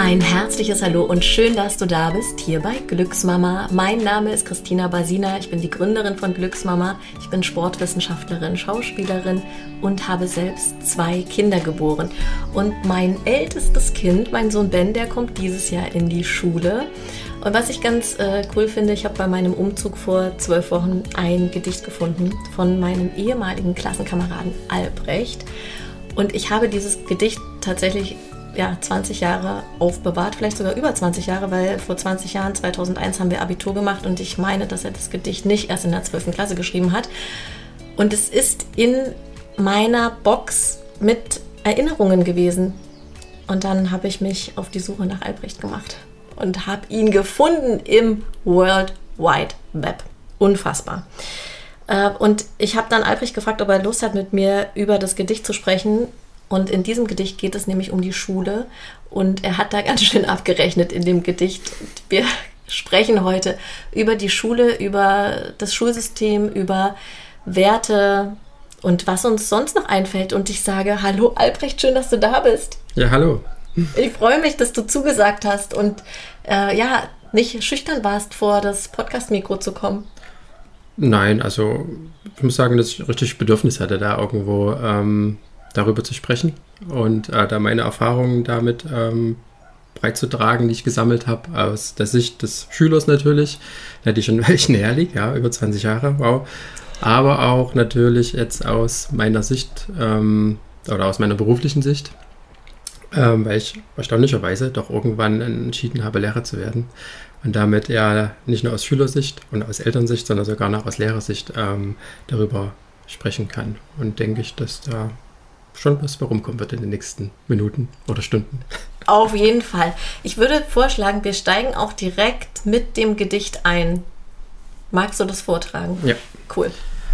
Ein herzliches Hallo und schön, dass du da bist, hier bei Glücksmama. Mein Name ist Christina Basina, ich bin die Gründerin von Glücksmama. Ich bin Sportwissenschaftlerin, Schauspielerin und habe selbst 2 Kinder geboren. Und mein ältestes Kind, mein Sohn Ben, der kommt dieses Jahr in die Schule. Und was ich ganz cool finde, ich habe bei meinem Umzug vor 12 Wochen ein Gedicht gefunden von meinem ehemaligen Klassenkameraden Albrecht. Und ich habe dieses Gedicht tatsächlich 20 Jahre aufbewahrt, vielleicht sogar über 20 Jahre, weil vor 20 Jahren, 2001, haben wir Abitur gemacht und ich meine, dass er das Gedicht nicht erst in der 12. Klasse geschrieben hat. Und es ist in meiner Box mit Erinnerungen gewesen. Und dann habe ich mich auf die Suche nach Albrecht gemacht und habe ihn gefunden im World Wide Web. Unfassbar. Und ich habe dann Albrecht gefragt, ob er Lust hat, mit mir über das Gedicht zu sprechen. Und in diesem Gedicht geht es nämlich um die Schule. Und er hat da ganz schön abgerechnet in dem Gedicht. Wir sprechen heute über die Schule, über das Schulsystem, über Werte und was uns sonst noch einfällt. Und ich sage, hallo Albrecht, schön, dass du da bist. Ja, hallo. Ich freue mich, dass du zugesagt hast und nicht schüchtern warst, vor das Podcast-Mikro zu kommen. Nein, also ich muss sagen, dass ich richtig Bedürfnis hatte, da irgendwo darüber zu sprechen und da meine Erfahrungen damit breitzutragen, die ich gesammelt habe, aus der Sicht des Schülers natürlich, die schon welchen herliegt, ja, über 20 Jahre, wow. Aber auch natürlich jetzt aus meiner Sicht oder aus meiner beruflichen Sicht, weil ich erstaunlicherweise doch irgendwann entschieden habe, Lehrer zu werden und damit ja nicht nur aus Schülersicht und aus Elternsicht, sondern sogar noch aus Lehrersicht darüber sprechen kann. Und denke ich, dass da schon was rumkommen wird in den nächsten Minuten oder Stunden. Auf jeden Fall. Ich würde vorschlagen, wir steigen auch direkt mit dem Gedicht ein. Magst du das vortragen? Ja. Cool.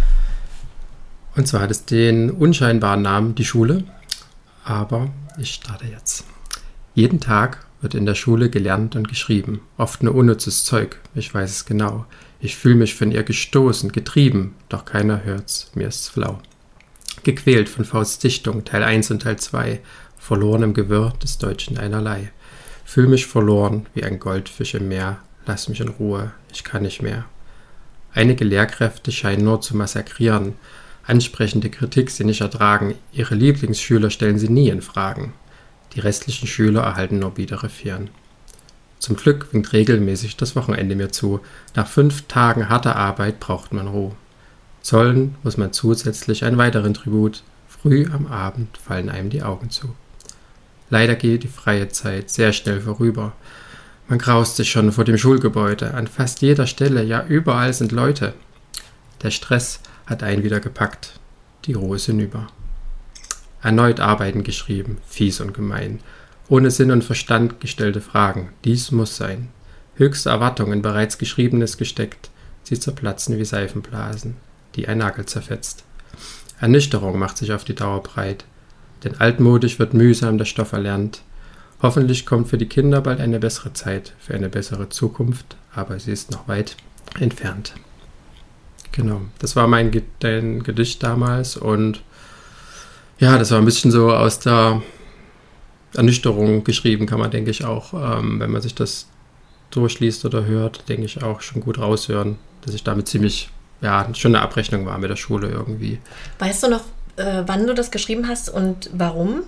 Und zwar hat es den unscheinbaren Namen Die Schule, aber ich starte jetzt. Jeden Tag wird in der Schule gelernt und geschrieben, oft nur unnützes Zeug, ich weiß es genau. Ich fühle mich von ihr gestoßen, getrieben, doch keiner hört's, mir ist's flau. Gequält von Fausts Dichtung, Teil 1 und Teil 2, verloren im Gewirr des Deutschen einerlei. Fühl mich verloren wie ein Goldfisch im Meer, lass mich in Ruhe, ich kann nicht mehr. Einige Lehrkräfte scheinen nur zu massakrieren, ansprechende Kritik sie nicht ertragen, ihre Lieblingsschüler stellen sie nie in Fragen. Die restlichen Schüler erhalten nur biedere Vieren. Zum Glück winkt regelmäßig das Wochenende mir zu, nach 5 Tagen harter Arbeit braucht man Ruhe. Zollen muss man zusätzlich einen weiteren Tribut. Früh am Abend fallen einem die Augen zu. Leider geht die freie Zeit sehr schnell vorüber. Man graust sich schon vor dem Schulgebäude. An fast jeder Stelle, ja überall sind Leute. Der Stress hat einen wieder gepackt. Die Ruhe ist hinüber. Erneut Arbeiten geschrieben, fies und gemein. Ohne Sinn und Verstand gestellte Fragen. Dies muss sein. Höchste Erwartungen bereits Geschriebenes gesteckt. Sie zerplatzen wie Seifenblasen, die ein Nagel zerfetzt. Ernüchterung macht sich auf die Dauer breit, denn altmodisch wird mühsam der Stoff erlernt. Hoffentlich kommt für die Kinder bald eine bessere Zeit, für eine bessere Zukunft, aber sie ist noch weit entfernt. Genau, das war mein Gedicht damals und ja, das war ein bisschen so aus der Ernüchterung geschrieben, kann man, denke ich, auch, wenn man sich das durchliest oder hört, denke ich auch schon gut raushören, dass ich damit ziemlich schon eine Abrechnung war mit der Schule irgendwie. Weißt du noch, wann du das geschrieben hast und warum?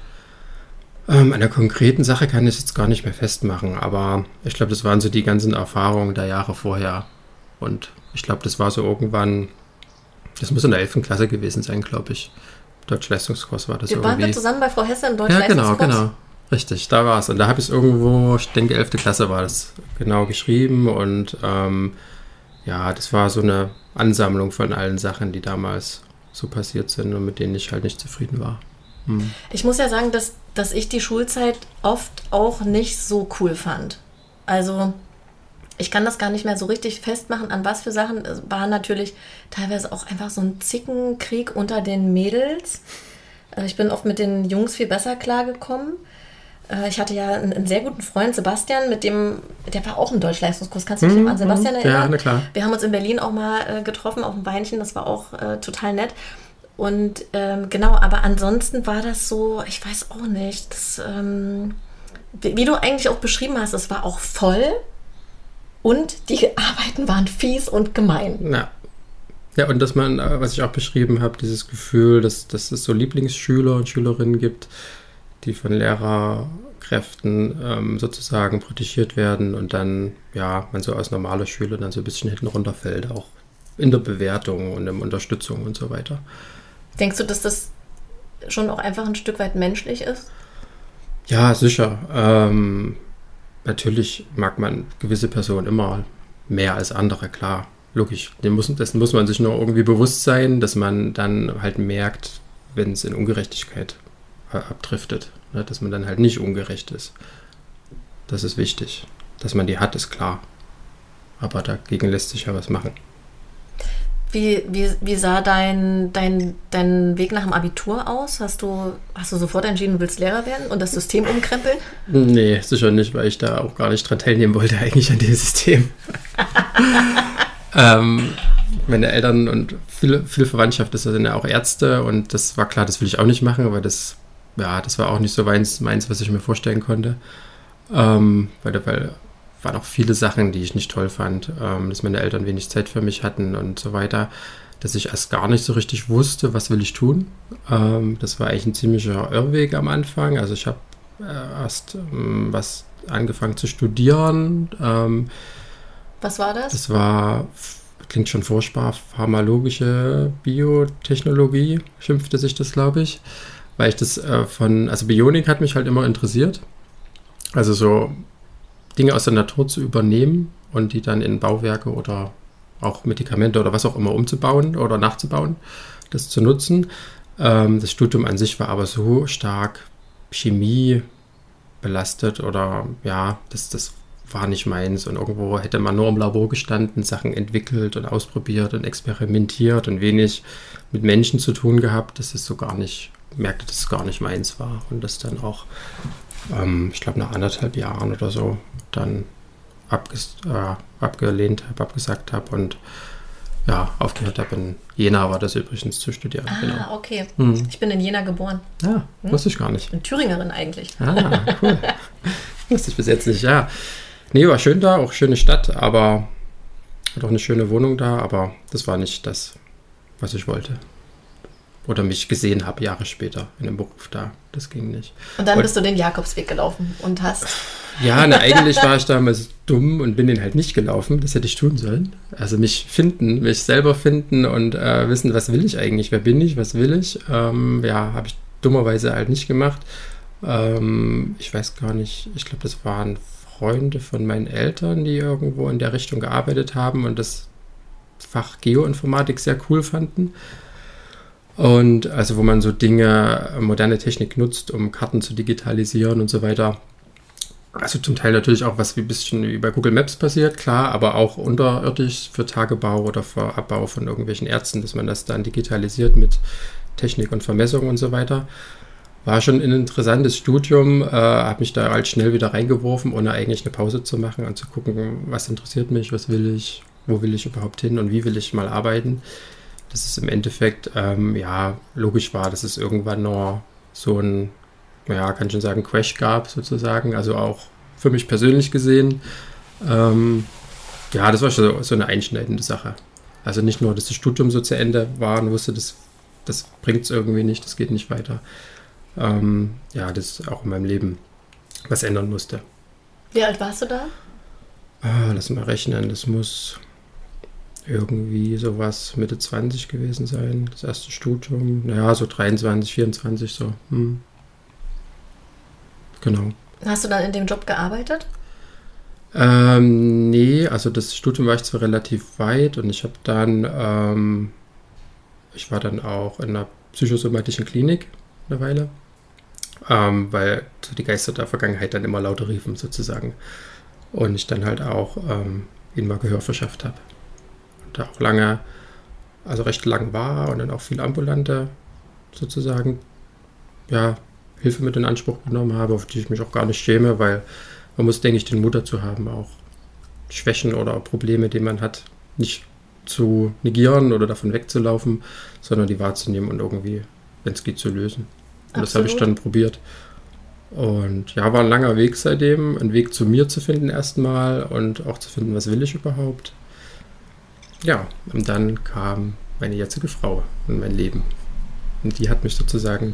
An der konkreten Sache kann ich es jetzt gar nicht mehr festmachen, aber ich glaube, das waren so die ganzen Erfahrungen der Jahre vorher. Und ich glaube, das war so irgendwann, das muss in der 11. Klasse gewesen sein, glaube ich. Deutsch-Leistungskurs war das irgendwie. Waren wir zusammen bei Frau Hesse im Deutsch-Leistungskurs? Ja, genau. Richtig, da war es. Und da habe ich es irgendwo, ich denke 11. Klasse war das genau geschrieben und das war so eine Ansammlung von allen Sachen, die damals so passiert sind und mit denen ich halt nicht zufrieden war. Ich muss ja sagen, dass ich die Schulzeit oft auch nicht so cool fand. Also ich kann das gar nicht mehr so richtig festmachen, an was für Sachen. Es war natürlich teilweise auch einfach so ein Zickenkrieg unter den Mädels. Ich bin oft mit den Jungs viel besser klargekommen. Ich hatte ja einen sehr guten Freund, Sebastian, der war auch im Deutschleistungskurs. Kannst du dich an Sebastian erinnern? Ja, na klar. Wir haben uns in Berlin auch mal getroffen auf ein Weinchen, das war auch total nett. Und genau, aber ansonsten war das so, ich weiß auch nicht, wie du eigentlich auch beschrieben hast, es war auch voll und die Arbeiten waren fies und gemein. Ja, und dass man, was ich auch beschrieben habe, dieses Gefühl, dass es so Lieblingsschüler und Schülerinnen gibt, die von Lehrerkräften sozusagen protegiert werden und dann, ja, man so als normaler Schüler dann so ein bisschen hinten runterfällt, auch in der Bewertung und in der Unterstützung und so weiter. Denkst du, dass das schon auch einfach ein Stück weit menschlich ist? Ja, sicher. Natürlich mag man gewisse Personen immer mehr als andere, klar. Logisch. Dessen muss man sich nur irgendwie bewusst sein, dass man dann halt merkt, wenn es in Ungerechtigkeit abdriftet. Ne? Dass man dann halt nicht ungerecht ist. Das ist wichtig. Dass man die hat, ist klar. Aber dagegen lässt sich ja was machen. Wie sah dein Weg nach dem Abitur aus? Hast du sofort entschieden, du willst Lehrer werden und das System umkrempeln? Nee, sicher nicht, weil ich da auch gar nicht dran teilnehmen wollte eigentlich an dem System. Meine Eltern und viel Verwandtschaft sind ja auch Ärzte und das war klar, das will ich auch nicht machen, aber das war auch nicht so meins, was ich mir vorstellen konnte. Weil waren auch viele Sachen, die ich nicht toll fand, dass meine Eltern wenig Zeit für mich hatten und so weiter, dass ich erst gar nicht so richtig wusste, was will ich tun. Das war eigentlich ein ziemlicher Irrweg am Anfang. Also ich habe erst was angefangen zu studieren. Was war das? Das klingt schon furchtbar, pharmalogische Biotechnologie, schimpfte sich das, glaube ich. Weil ich das also Bionik hat mich halt immer interessiert. Also so Dinge aus der Natur zu übernehmen und die dann in Bauwerke oder auch Medikamente oder was auch immer umzubauen oder nachzubauen, das zu nutzen. Das Studium an sich war aber so stark Chemie belastet oder ja, das war nicht meins und irgendwo hätte man nur im Labor gestanden, Sachen entwickelt und ausprobiert und experimentiert und wenig mit Menschen zu tun gehabt, dass es so gar nicht, merkte, dass es gar nicht meins war und das dann auch ich glaube, nach 1,5 Jahren oder so dann abgesagt habe und ja, aufgehört habe. In Jena war das übrigens zu studieren. Genau. Okay. Ich bin in Jena geboren. Ja, wusste ich gar nicht. Ich bin Thüringerin eigentlich. Cool. Wusste ich bis jetzt nicht, ja. Nee, war schön da, auch schöne Stadt, aber hat auch eine schöne Wohnung da, aber das war nicht das, was ich wollte. Oder mich gesehen habe, Jahre später in dem Beruf da. Das ging nicht. Und dann bist du den Jakobsweg gelaufen und hast... Ja, eigentlich war ich damals dumm und bin den halt nicht gelaufen. Das hätte ich tun sollen. Also mich selber finden und wissen, was will ich eigentlich, wer bin ich, was will ich. Habe ich dummerweise halt nicht gemacht. Ich weiß gar nicht, ich glaube, das waren Freunde von meinen Eltern, die irgendwo in der Richtung gearbeitet haben und das Fach Geoinformatik sehr cool fanden. Und also wo man so Dinge, moderne Technik nutzt, um Karten zu digitalisieren und so weiter. Also zum Teil natürlich auch was wie ein bisschen wie bei Google Maps passiert, klar, aber auch unterirdisch für Tagebau oder für Abbau von irgendwelchen Ärzten, dass man das dann digitalisiert mit Technik und Vermessung und so weiter. War schon ein interessantes Studium, habe mich da halt schnell wieder reingeworfen, ohne eigentlich eine Pause zu machen und zu gucken, was interessiert mich, was will ich, wo will ich überhaupt hin und wie will ich mal arbeiten. Dass es im Endeffekt, logisch war, dass es irgendwann noch so ein, kann ich schon sagen, Crash gab sozusagen, also auch für mich persönlich gesehen. Das war schon so eine einschneidende Sache. Also nicht nur, dass das Studium so zu Ende war und wusste, das bringt es irgendwie nicht, das geht nicht weiter. Das auch in meinem Leben was ändern musste. Wie alt warst du da? Lass mal rechnen, das muss irgendwie sowas Mitte 20 gewesen sein, das erste Studium. So 23, 24 so. Genau. Hast du dann in dem Job gearbeitet? Nee, also das Studium war ich zwar relativ weit und ich habe dann, ich war dann auch in einer psychosomatischen Klinik eine Weile, weil so die Geister der Vergangenheit dann immer lauter riefen sozusagen und ich dann halt auch ihnen mal Gehör verschafft habe. Da auch recht lang war und dann auch viel ambulante sozusagen, Hilfe mit in Anspruch genommen habe, auf die ich mich auch gar nicht schäme, weil man muss, denke ich, den Mut dazu haben, auch Schwächen oder Probleme, die man hat, nicht zu negieren oder davon wegzulaufen, sondern die wahrzunehmen und irgendwie, wenn es geht, zu lösen. Und das habe ich dann probiert. Und ja, war ein langer Weg seitdem, ein Weg zu mir zu finden erstmal und auch zu finden, was will ich überhaupt. Ja, und dann kam meine jetzige Frau in mein Leben. Und die hat mich sozusagen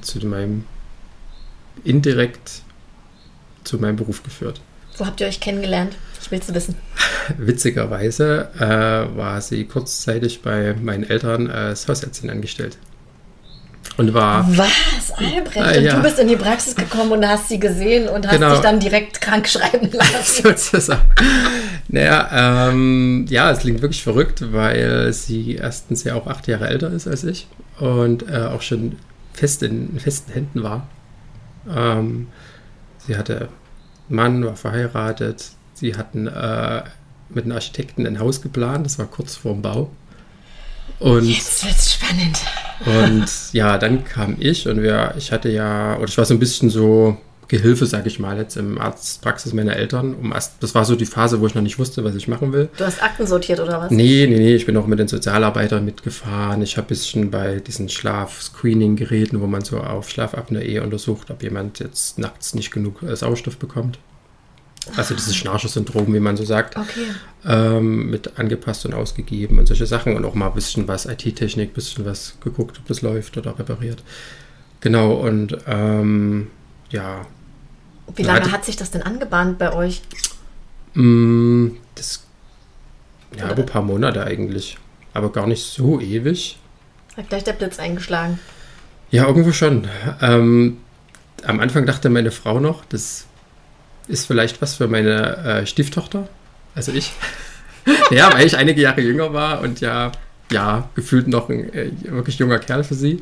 indirekt zu meinem Beruf geführt. Wo habt ihr euch kennengelernt? Ich will es wissen. Witzigerweise war sie kurzzeitig bei meinen Eltern als Hausärztin angestellt. Und war... Was, Albrecht? Und ja. Du bist in die Praxis gekommen und hast sie gesehen und hast dich dann direkt krank schreiben lassen. Sozusagen. Naja, ja, es klingt wirklich verrückt, weil sie erstens ja auch 8 Jahre älter ist als ich und auch schon in festen Händen war. Sie hatte einen Mann, war verheiratet. Sie hatten mit einem Architekten ein Haus geplant, das war kurz vorm Bau. Und jetzt wird's spannend. Und ja, dann kam ich und ich war so ein bisschen so Gehilfe, sag ich mal, jetzt im Arztpraxis meiner Eltern. Das war so die Phase, wo ich noch nicht wusste, was ich machen will. Du hast Akten sortiert oder was? Nee, ich bin auch mit den Sozialarbeitern mitgefahren. Ich habe ein bisschen bei diesen Schlaf-Screening-Geräten, wo man so auf Schlafapnoe untersucht, ob jemand jetzt nachts nicht genug Sauerstoff bekommt. Also dieses Schnarcher-Syndrom, wie man so sagt, okay. Mit angepasst und ausgegeben und solche Sachen und auch mal ein bisschen was IT-Technik, ein bisschen was geguckt, ob das läuft oder repariert. Genau, und ja. Wie lange hat sich das denn angebahnt bei euch? Aber ein paar Monate eigentlich, aber gar nicht so ewig. Hat gleich der Blitz eingeschlagen. Ja, irgendwo schon. Am Anfang dachte meine Frau noch, das ist vielleicht was für meine Stieftochter, also ich. Ja, weil ich einige Jahre jünger war und ja, gefühlt noch ein wirklich junger Kerl für sie.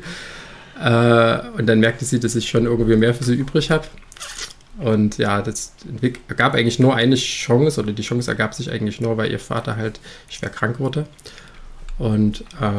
Und dann merkte sie, dass ich schon irgendwie mehr für sie übrig habe. Und ja, das ergab eigentlich nur eine Chance, oder die Chance ergab sich eigentlich nur, weil ihr Vater halt schwer krank wurde. Und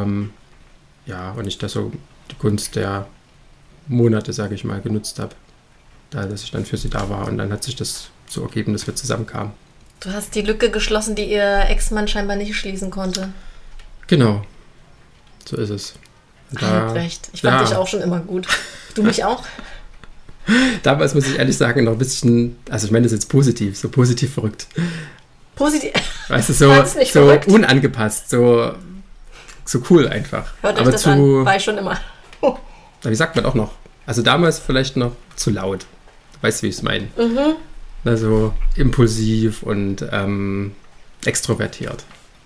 und ich da so die Gunst der Monate, sage ich mal, genutzt habe. Dass ich dann für sie da war und dann hat sich das so ergeben, dass wir zusammenkamen. Du hast die Lücke geschlossen, die ihr Ex-Mann scheinbar nicht schließen konnte. Genau, so ist es. Albrecht, ich fand dich auch schon immer gut. Du mich auch? Damals muss ich ehrlich sagen, noch ein bisschen, also ich meine das jetzt positiv, so positiv verrückt. Positiv? Weißt du, so unangepasst, so cool einfach. Hört euch das an, war ich schon immer. Wie sagt man auch noch? Also damals vielleicht noch zu laut. Weißt du, wie ich es meine? Mhm. Also impulsiv und extrovertiert.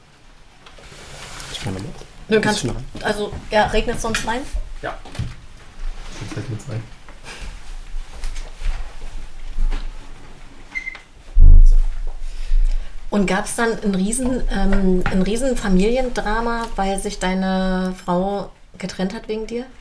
Ich meine, du kannst, also, ja, regnet es sonst rein? Ja. Sonst regnet es rein. Und gab es dann ein riesen Familiendrama, weil sich deine Frau getrennt hat wegen dir?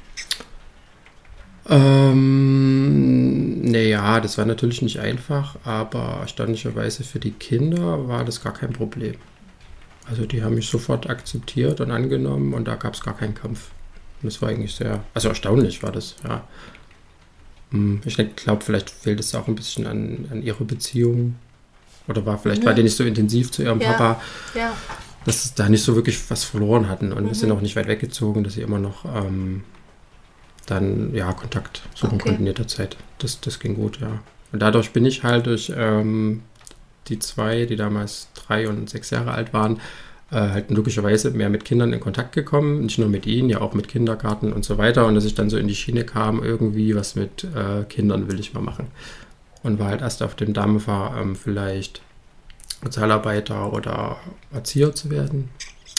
Naja, das war natürlich nicht einfach, aber erstaunlicherweise für die Kinder war das gar kein Problem. Also die haben mich sofort akzeptiert und angenommen und da gab es gar keinen Kampf. Und das war eigentlich also erstaunlich war das, ja. Ich glaube, vielleicht fehlt es auch ein bisschen an ihrer Beziehung. Oder war die nicht so intensiv zu ihrem Papa, dass sie da nicht so wirklich was verloren hatten. Und wir sind auch nicht weit weggezogen, dass sie immer noch dann Kontakt suchen konnten jederzeit. Das ging gut, ja. Und dadurch bin ich halt durch die 2, die damals 3 und 6 Jahre alt waren, halt logischerweise mehr mit Kindern in Kontakt gekommen. Nicht nur mit ihnen, ja auch mit Kindergarten und so weiter. Und dass ich dann so in die Schiene kam, irgendwie was mit Kindern will ich mal machen. Und war halt erst auf dem Dampfer, vielleicht Sozialarbeiter oder Erzieher zu werden.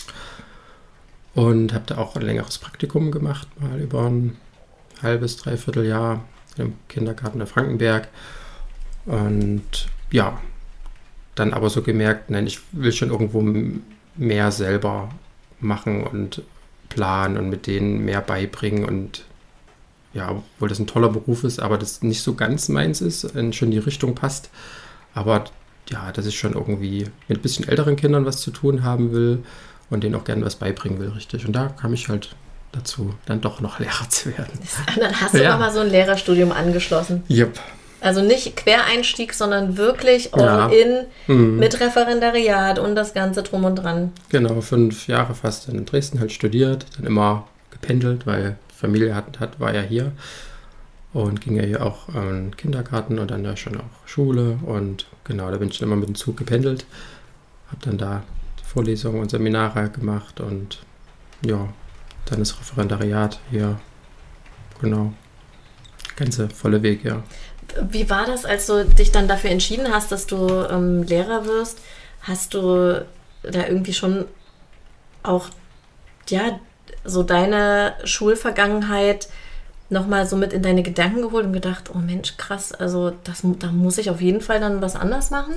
Und habe da auch ein längeres Praktikum gemacht, mal über ein halbes, dreiviertel Jahr im Kindergarten in Frankenberg. Und ja, dann aber so gemerkt, nein, ich will schon irgendwo mehr selber machen und planen und mit denen mehr beibringen und ja, obwohl das ein toller Beruf ist, aber das nicht so ganz meins ist und schon die Richtung passt. Aber ja, dass ich schon irgendwie mit ein bisschen älteren Kindern was zu tun haben will und denen auch gerne was beibringen will, richtig. Und da kam ich halt dazu, dann doch noch Lehrer zu werden. Dann hast du nochmal so ein Lehrerstudium angeschlossen. Yep. Also nicht Quereinstieg, sondern wirklich all-in mit Referendariat und das Ganze drum und dran. Genau, 5 Jahre fast in Dresden halt studiert, dann immer gependelt, weil Familie war ja hier. und ging ja hier auch in den Kindergarten und dann ja schon auch Schule. Und genau, da bin ich dann immer mit dem Zug gependelt. Habe dann da die Vorlesungen und Seminare gemacht und ja, dann das Referendariat hier. Genau, ganze volle Weg, ja. Wie war das, als du dich dann dafür entschieden hast, dass du Lehrer wirst? Hast du da irgendwie schon auch, ja, so deine Schulvergangenheit nochmal so mit in deine Gedanken geholt und gedacht, oh Mensch, krass, also da muss ich auf jeden Fall dann was anders machen?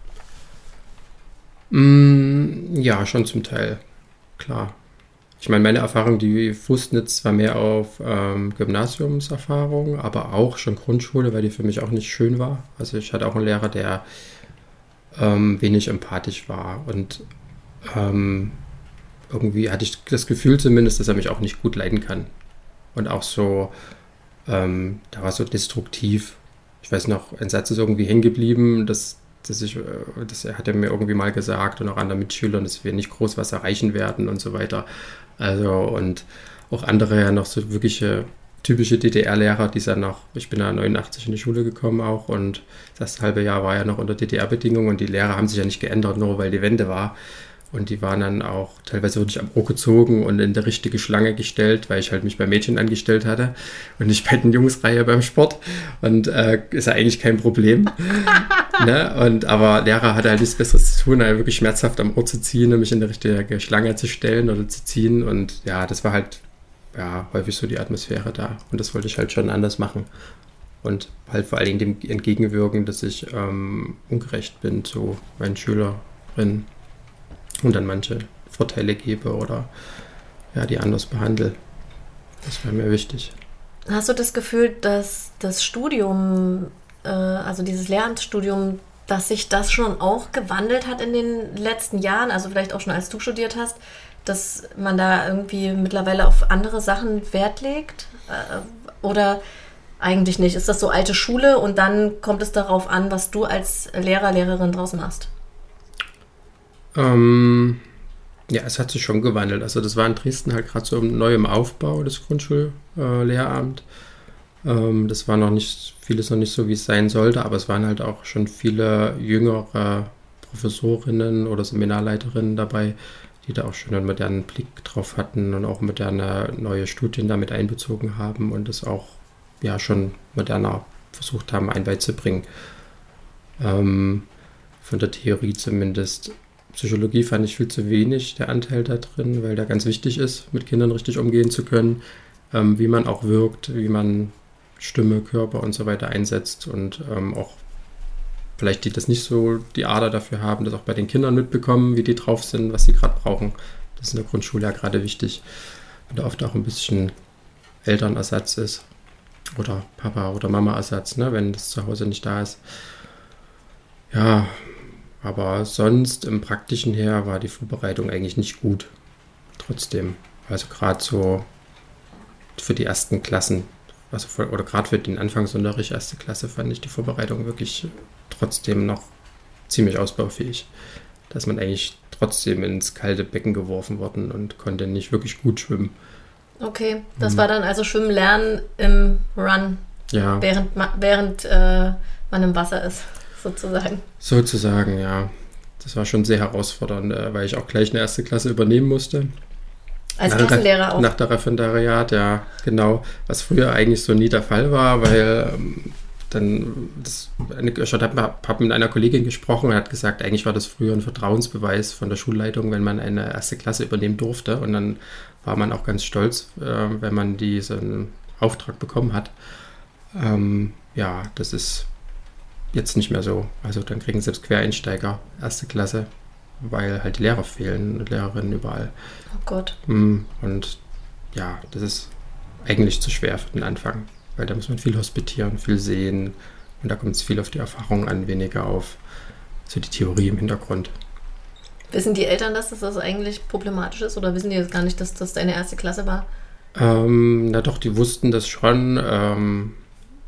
Ja, schon zum Teil, klar. Ich meine, meine Erfahrung, die fußt jetzt zwar mehr auf Gymnasiumserfahrung, aber auch schon Grundschule, weil die für mich auch nicht schön war. Also ich hatte auch einen Lehrer, der wenig empathisch war und irgendwie hatte ich das Gefühl zumindest, dass er mich auch nicht gut leiden kann. Und auch so, da war so destruktiv. Ich weiß noch, ein Satz ist irgendwie hängen geblieben, das hat er mir irgendwie mal gesagt und auch anderen Mitschülern, dass wir nicht groß was erreichen werden und so weiter. Also und auch andere ja noch so wirkliche typische DDR-Lehrer, die dann noch, ich bin ja 89 in die Schule gekommen auch und das halbe Jahr war ja noch unter DDR-Bedingungen und die Lehrer haben sich ja nicht geändert, nur weil die Wende war. Und die waren dann auch teilweise wirklich am Ohr gezogen und in die richtige Schlange gestellt, weil ich halt mich bei Mädchen angestellt hatte und nicht bei den Jungsreihe beim Sport. Und ist ja eigentlich kein Problem. Ne? Aber Lehrer hatte halt nichts Besseres zu tun, halt wirklich schmerzhaft am Ohr zu ziehen und mich in die richtige Schlange zu stellen oder zu ziehen. Und ja, das war halt ja, häufig so die Atmosphäre da. Und das wollte ich halt schon anders machen. Und halt vor allen Dingen dem entgegenwirken, dass ich ungerecht bin zu meinen Schülerinnen. Und dann manche Vorteile gebe oder ja, die anders behandle. Das wäre mir wichtig. Hast du das Gefühl, dass das Studium, also dieses Lehramtsstudium, dass sich das schon auch gewandelt hat in den letzten Jahren, also vielleicht auch schon als du studiert hast, dass man da irgendwie mittlerweile auf andere Sachen Wert legt? Oder eigentlich nicht? Ist das so alte Schule und dann kommt es darauf an, was du als Lehrer, Lehrerin draus machst? Ja, es hat sich schon gewandelt. Also das war in Dresden halt gerade so neu im Aufbau, das Grundschullehramt. Das war noch nicht, vieles noch nicht so, wie es sein sollte, aber es waren halt auch schon viele jüngere Professorinnen oder Seminarleiterinnen dabei, die da auch schon einen modernen Blick drauf hatten und auch moderne neue Studien damit einbezogen haben und das auch ja schon moderner versucht haben, einbeizubringen. Von der Theorie zumindest. Psychologie fand ich viel zu wenig, der Anteil da drin, weil da ganz wichtig ist, mit Kindern richtig umgehen zu können, wie man auch wirkt, wie man Stimme, Körper und so weiter einsetzt und auch vielleicht die das nicht so die Ader dafür haben, das auch bei den Kindern mitbekommen, wie die drauf sind, was sie gerade brauchen. Das ist in der Grundschule ja gerade wichtig. Und da oft auch ein bisschen Elternersatz ist oder Papa- oder Mama-Ersatz, ne, wenn das zu Hause nicht da ist. Ja, aber sonst im Praktischen her war die Vorbereitung eigentlich nicht gut. Trotzdem. Also gerade so für die ersten Klassen, oder gerade für den Anfangsunterricht erste Klasse fand ich die Vorbereitung wirklich trotzdem noch ziemlich ausbaufähig. Da ist man eigentlich trotzdem ins kalte Becken geworfen worden und konnte nicht wirklich gut schwimmen. Okay, das war dann also Schwimmen lernen im Run, ja. während man im Wasser ist. Sozusagen, ja. Das war schon sehr herausfordernd, weil ich auch gleich eine erste Klasse übernehmen musste. Als Klassenlehrer auch? Nach der Referendariat, ja, genau. Was früher eigentlich so nie der Fall war, weil ich habe mit einer Kollegin gesprochen und hat gesagt, eigentlich war das früher ein Vertrauensbeweis von der Schulleitung, wenn man eine erste Klasse übernehmen durfte. Und dann war man auch ganz stolz, wenn man diesen Auftrag bekommen hat. Ja, das ist jetzt nicht mehr so. Also dann kriegen selbst Quereinsteiger erste Klasse, weil halt die Lehrer fehlen und Lehrerinnen überall. Oh Gott. Und ja, das ist eigentlich zu schwer für den Anfang, weil da muss man viel hospitieren, viel sehen und da kommt es viel auf die Erfahrung an, weniger auf so die Theorie im Hintergrund. Wissen die Eltern, dass das eigentlich problematisch ist oder wissen die jetzt gar nicht, dass das deine erste Klasse war? Na doch, die wussten das schon.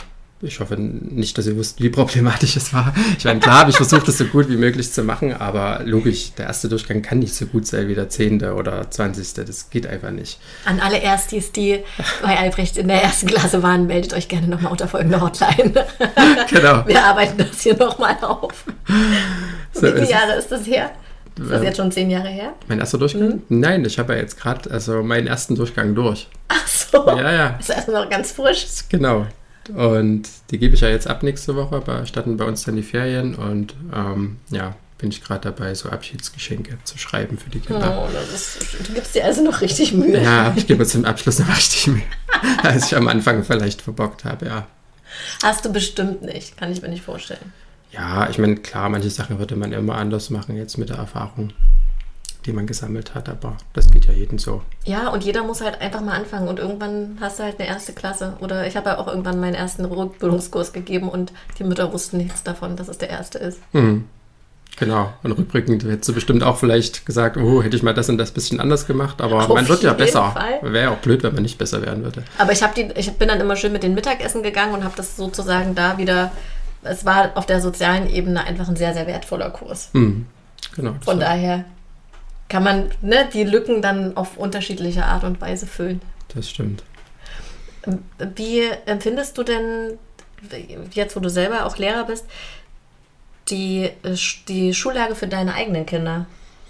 Ich hoffe nicht, dass ihr wisst, wie problematisch es war. Ich meine, klar habe ich versucht, das so gut wie möglich zu machen, aber logisch, der erste Durchgang kann nicht so gut sein wie der 10. oder 20. Das geht einfach nicht. An alle Erstis, die bei Albrecht in der ersten Klasse waren, meldet euch gerne nochmal unter folgender Hotline. Genau. Wir arbeiten das hier nochmal auf. So, wie viele Jahre ist das her? Ist das jetzt schon 10 Jahre her? Mein erster Durchgang? Nein, ich habe ja jetzt gerade meinen ersten Durchgang durch. Ach so. Ja. Ist erst noch ganz frisch. Genau. Und die gebe ich ja jetzt ab nächste Woche, starten bei uns dann die Ferien und bin ich gerade dabei, so Abschiedsgeschenke zu schreiben für die Kinder. Oh, du gibst dir also noch richtig Mühe. Ja, ich gebe mir zum Abschluss noch richtig Mühe, als ich am Anfang vielleicht verbockt habe, ja. Hast du bestimmt nicht, kann ich mir nicht vorstellen. Ja, ich meine, klar, manche Sachen würde man immer anders machen, jetzt mit der Erfahrung, die man gesammelt hat, aber das geht ja jedem so. Ja, und jeder muss halt einfach mal anfangen und irgendwann hast du halt eine erste Klasse oder ich habe ja auch irgendwann meinen ersten Rückbildungskurs gegeben und die Mütter wussten nichts davon, dass es der erste ist. Mhm. Genau, und rückblickend hättest du bestimmt auch vielleicht gesagt, hätte ich mal das und das bisschen anders gemacht, aber man wird ja besser. Wäre ja auch blöd, wenn man nicht besser werden würde. Aber ich bin dann immer schön mit den Mittagessen gegangen und habe das sozusagen da wieder, es war auf der sozialen Ebene einfach ein sehr, sehr wertvoller Kurs. Mhm. Genau. Von daher kann man die Lücken dann auf unterschiedliche Art und Weise füllen. Das stimmt. Wie empfindest du denn, jetzt wo du selber auch Lehrer bist, die Schullage für deine eigenen Kinder?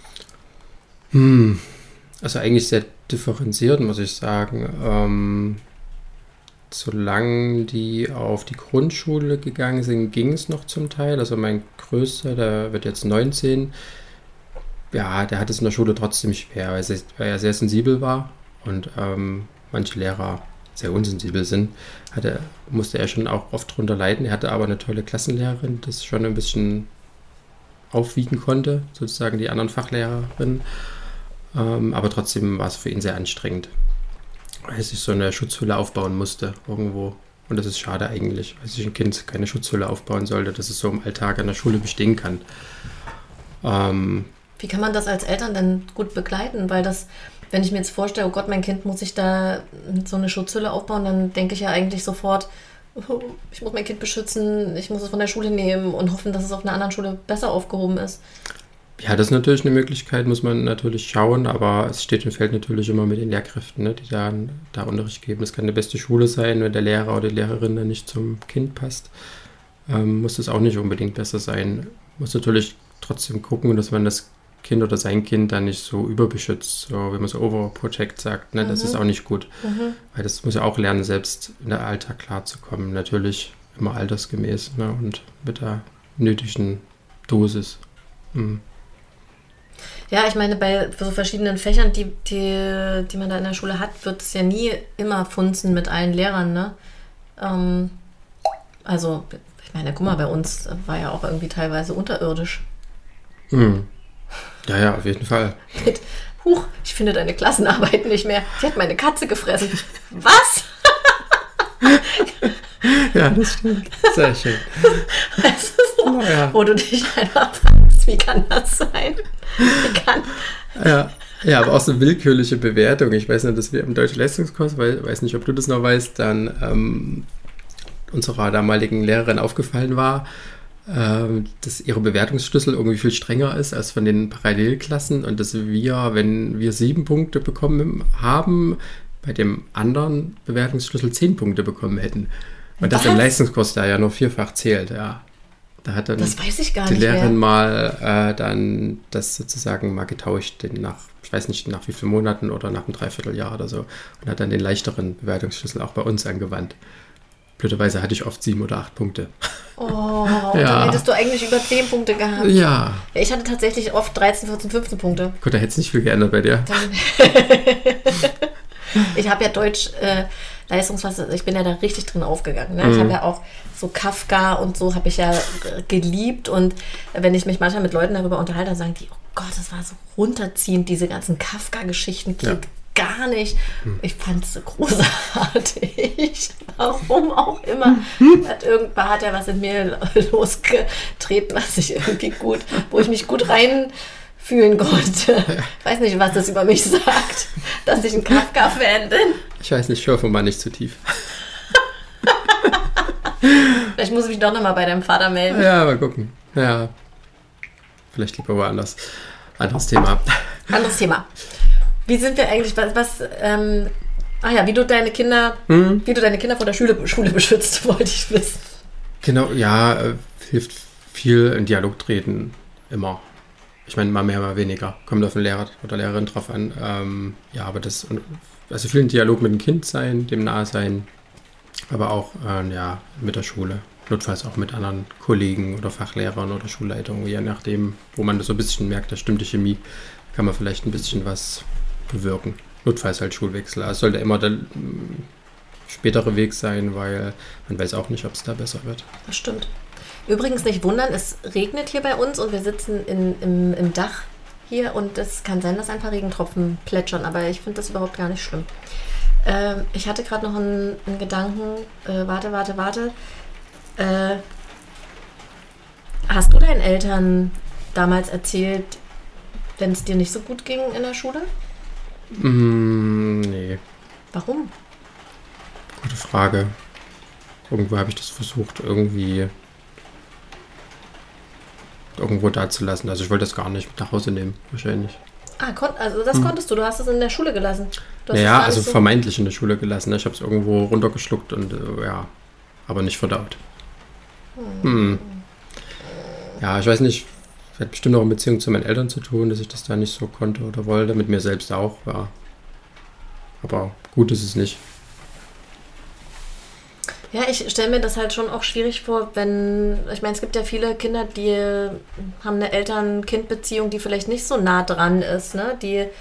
Also eigentlich sehr differenziert, muss ich sagen. Solange die auf die Grundschule gegangen sind, ging es noch zum Teil. Also mein Größter, der wird jetzt 19. Ja, der hat es in der Schule trotzdem schwer, weil er sehr sensibel war und manche Lehrer sehr unsensibel sind, musste er schon auch oft drunter leiden. Er hatte aber eine tolle Klassenlehrerin, die das schon ein bisschen aufwiegen konnte, sozusagen die anderen Fachlehrerinnen. Aber trotzdem war es für ihn sehr anstrengend, weil er sich so eine Schutzhülle aufbauen musste irgendwo. Und das ist schade eigentlich, weil sich ein Kind keine Schutzhülle aufbauen sollte, dass es so im Alltag an der Schule bestehen kann. Wie kann man das als Eltern denn gut begleiten? Weil das, wenn ich mir jetzt vorstelle, oh Gott, mein Kind muss sich da so eine Schutzhülle aufbauen, dann denke ich ja eigentlich sofort, ich muss mein Kind beschützen, ich muss es von der Schule nehmen und hoffen, dass es auf einer anderen Schule besser aufgehoben ist. Ja, das ist natürlich eine Möglichkeit, muss man natürlich schauen, aber es steht und fällt natürlich immer mit den Lehrkräften, die da Unterricht geben. Das kann die beste Schule sein, wenn der Lehrer oder die Lehrerin dann nicht zum Kind passt. Muss das auch nicht unbedingt besser sein. Muss natürlich trotzdem gucken, dass man das Kind oder sein Kind dann nicht so überbeschützt, so wie man so overprotect sagt, das ist auch nicht gut. Weil das muss ja auch lernen, selbst in der Alltag klarzukommen. Natürlich immer altersgemäß und mit der nötigen Dosis. Ja, ich meine, bei so verschiedenen Fächern, die man da in der Schule hat, wird es ja nie immer funzen mit allen Lehrern, ne? Also, ich meine, guck mal, bei uns war ja auch irgendwie teilweise unterirdisch. Ja, auf jeden Fall. Ich finde deine Klassenarbeit nicht mehr. Sie hat meine Katze gefressen. Was? Ja, das stimmt. Sehr schön. Weißt du so? Wo du dich einfach fragst, wie kann das sein? Ja, aber auch so willkürliche Bewertung. Ich weiß nicht, dass wir im deutschen Leistungskurs, weiß nicht, ob du das noch weißt, dann unserer damaligen Lehrerin aufgefallen war, dass ihre Bewertungsschlüssel irgendwie viel strenger ist als von den Parallelklassen und dass wir, wenn wir 7 Punkte bekommen haben, bei dem anderen Bewertungsschlüssel 10 Punkte bekommen hätten. Und das im Leistungskurs da ja nur 4-fach zählt, ja. Da hat dann das weiß ich gar die nicht Lehrerin mehr. mal dann das sozusagen mal getauscht, ich weiß nicht, nach wie vielen Monaten oder nach einem Dreivierteljahr oder so, und hat dann den leichteren Bewertungsschlüssel auch bei uns angewandt. Blöderweise hatte ich oft 7 oder 8 Punkte. Oh, dann hättest du eigentlich über 10 Punkte gehabt. Ja. Ich hatte tatsächlich oft 13, 14, 15 Punkte. Gut, da hätte es nicht viel geändert bei dir. Ich habe ja Deutsch Leistungsphase, ich bin ja da richtig drin aufgegangen. Ne? Ich habe ja auch so Kafka und so habe ich ja geliebt und wenn ich mich manchmal mit Leuten darüber unterhalte, dann sagen die, oh Gott, das war so runterziehend, diese ganzen Kafka-Geschichten geht gar nicht. Ich fand es so großartig. Warum auch immer. Hat er was in mir losgetreten, wo ich mich gut reinfühlen konnte. Ich weiß nicht, was das über mich sagt, dass ich ein Kafka-Fan bin. Ich weiß nicht, ich hoffe mal nicht zu tief. Vielleicht muss ich mich doch nochmal bei deinem Vater melden. Ja, mal gucken. Ja, vielleicht lieber woanders. Anderes Thema. Wie sind wir eigentlich, wie du deine Kinder vor der Schule beschützt, wollte ich wissen. Genau, ja, hilft viel in Dialog treten, immer. Ich meine, mal mehr, mal weniger. Kommt auf den Lehrer oder Lehrerin drauf an. Aber also viel in Dialog mit dem Kind sein, dem nahe sein, aber auch mit der Schule. Notfalls auch mit anderen Kollegen oder Fachlehrern oder Schulleitungen, je nachdem, wo man so ein bisschen merkt, da stimmt die Chemie, kann man vielleicht ein bisschen was bewirken. Notfalls halt Schulwechsel. Also es sollte immer der spätere Weg sein, weil man weiß auch nicht, ob es da besser wird. Das stimmt. Übrigens nicht wundern, es regnet hier bei uns und wir sitzen im Dach hier und es kann sein, dass ein paar Regentropfen plätschern, aber ich finde das überhaupt gar nicht schlimm. Ich hatte gerade noch einen Gedanken. Warte. Hast du deinen Eltern damals erzählt, wenn es dir nicht so gut ging in der Schule? Nee. Warum? Gute Frage. Irgendwo habe ich das versucht, irgendwo da zu lassen. Also ich wollte das gar nicht mit nach Hause nehmen, wahrscheinlich. Konntest du. Du hast es in der Schule gelassen. Naja, also vermeintlich in der Schule gelassen. Ich habe es irgendwo runtergeschluckt und aber nicht verdaut. Ja, ich weiß nicht, hat bestimmt auch in Beziehung zu meinen Eltern zu tun, dass ich das da nicht so konnte oder wollte, mit mir selbst auch, ja. Aber gut ist es nicht. Ja, ich stelle mir das halt schon auch schwierig vor, ich meine, es gibt ja viele Kinder, die haben eine Eltern-Kind-Beziehung, die vielleicht nicht so nah dran ist, ne?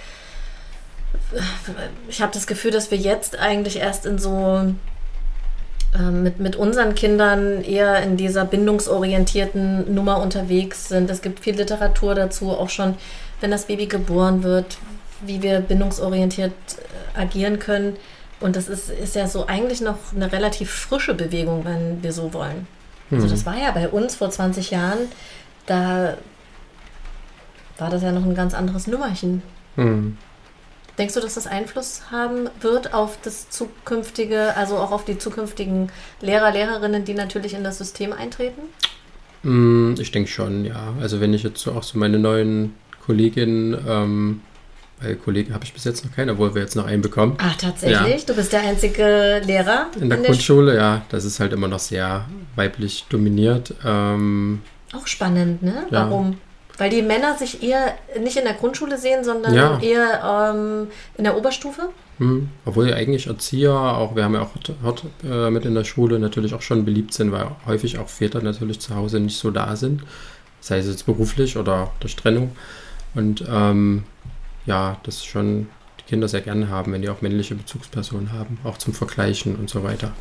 Ich habe das Gefühl, dass wir jetzt eigentlich erst in so mit unseren Kindern eher in dieser bindungsorientierten Nummer unterwegs sind. Es gibt viel Literatur dazu, auch schon, wenn das Baby geboren wird, wie wir bindungsorientiert agieren können. Und das ist ja so eigentlich noch eine relativ frische Bewegung, wenn wir so wollen. Also das war ja bei uns vor 20 Jahren, da war das ja noch ein ganz anderes Nummerchen. Denkst du, dass das Einfluss haben wird auf das zukünftige, also auch auf die zukünftigen Lehrer, Lehrerinnen, die natürlich in das System eintreten? Ich denke schon, ja. Also wenn ich jetzt auch so meine neuen Kolleginnen, weil Kollegen habe ich bis jetzt noch keinen, obwohl wir jetzt noch einen bekommen. Ach, tatsächlich? Ja. Du bist der einzige Lehrer? In der Grundschule, ja. Das ist halt immer noch sehr weiblich dominiert. Auch spannend, ne? Ja. Warum? Weil die Männer sich eher nicht in der Grundschule sehen, sondern eher in der Oberstufe? Obwohl ja eigentlich Erzieher, auch wir haben ja auch Hort mit in der Schule, natürlich auch schon beliebt sind, weil häufig auch Väter natürlich zu Hause nicht so da sind. Sei es jetzt beruflich oder durch Trennung. Und das schon die Kinder sehr gerne haben, wenn die auch männliche Bezugspersonen haben, auch zum Vergleichen und so weiter.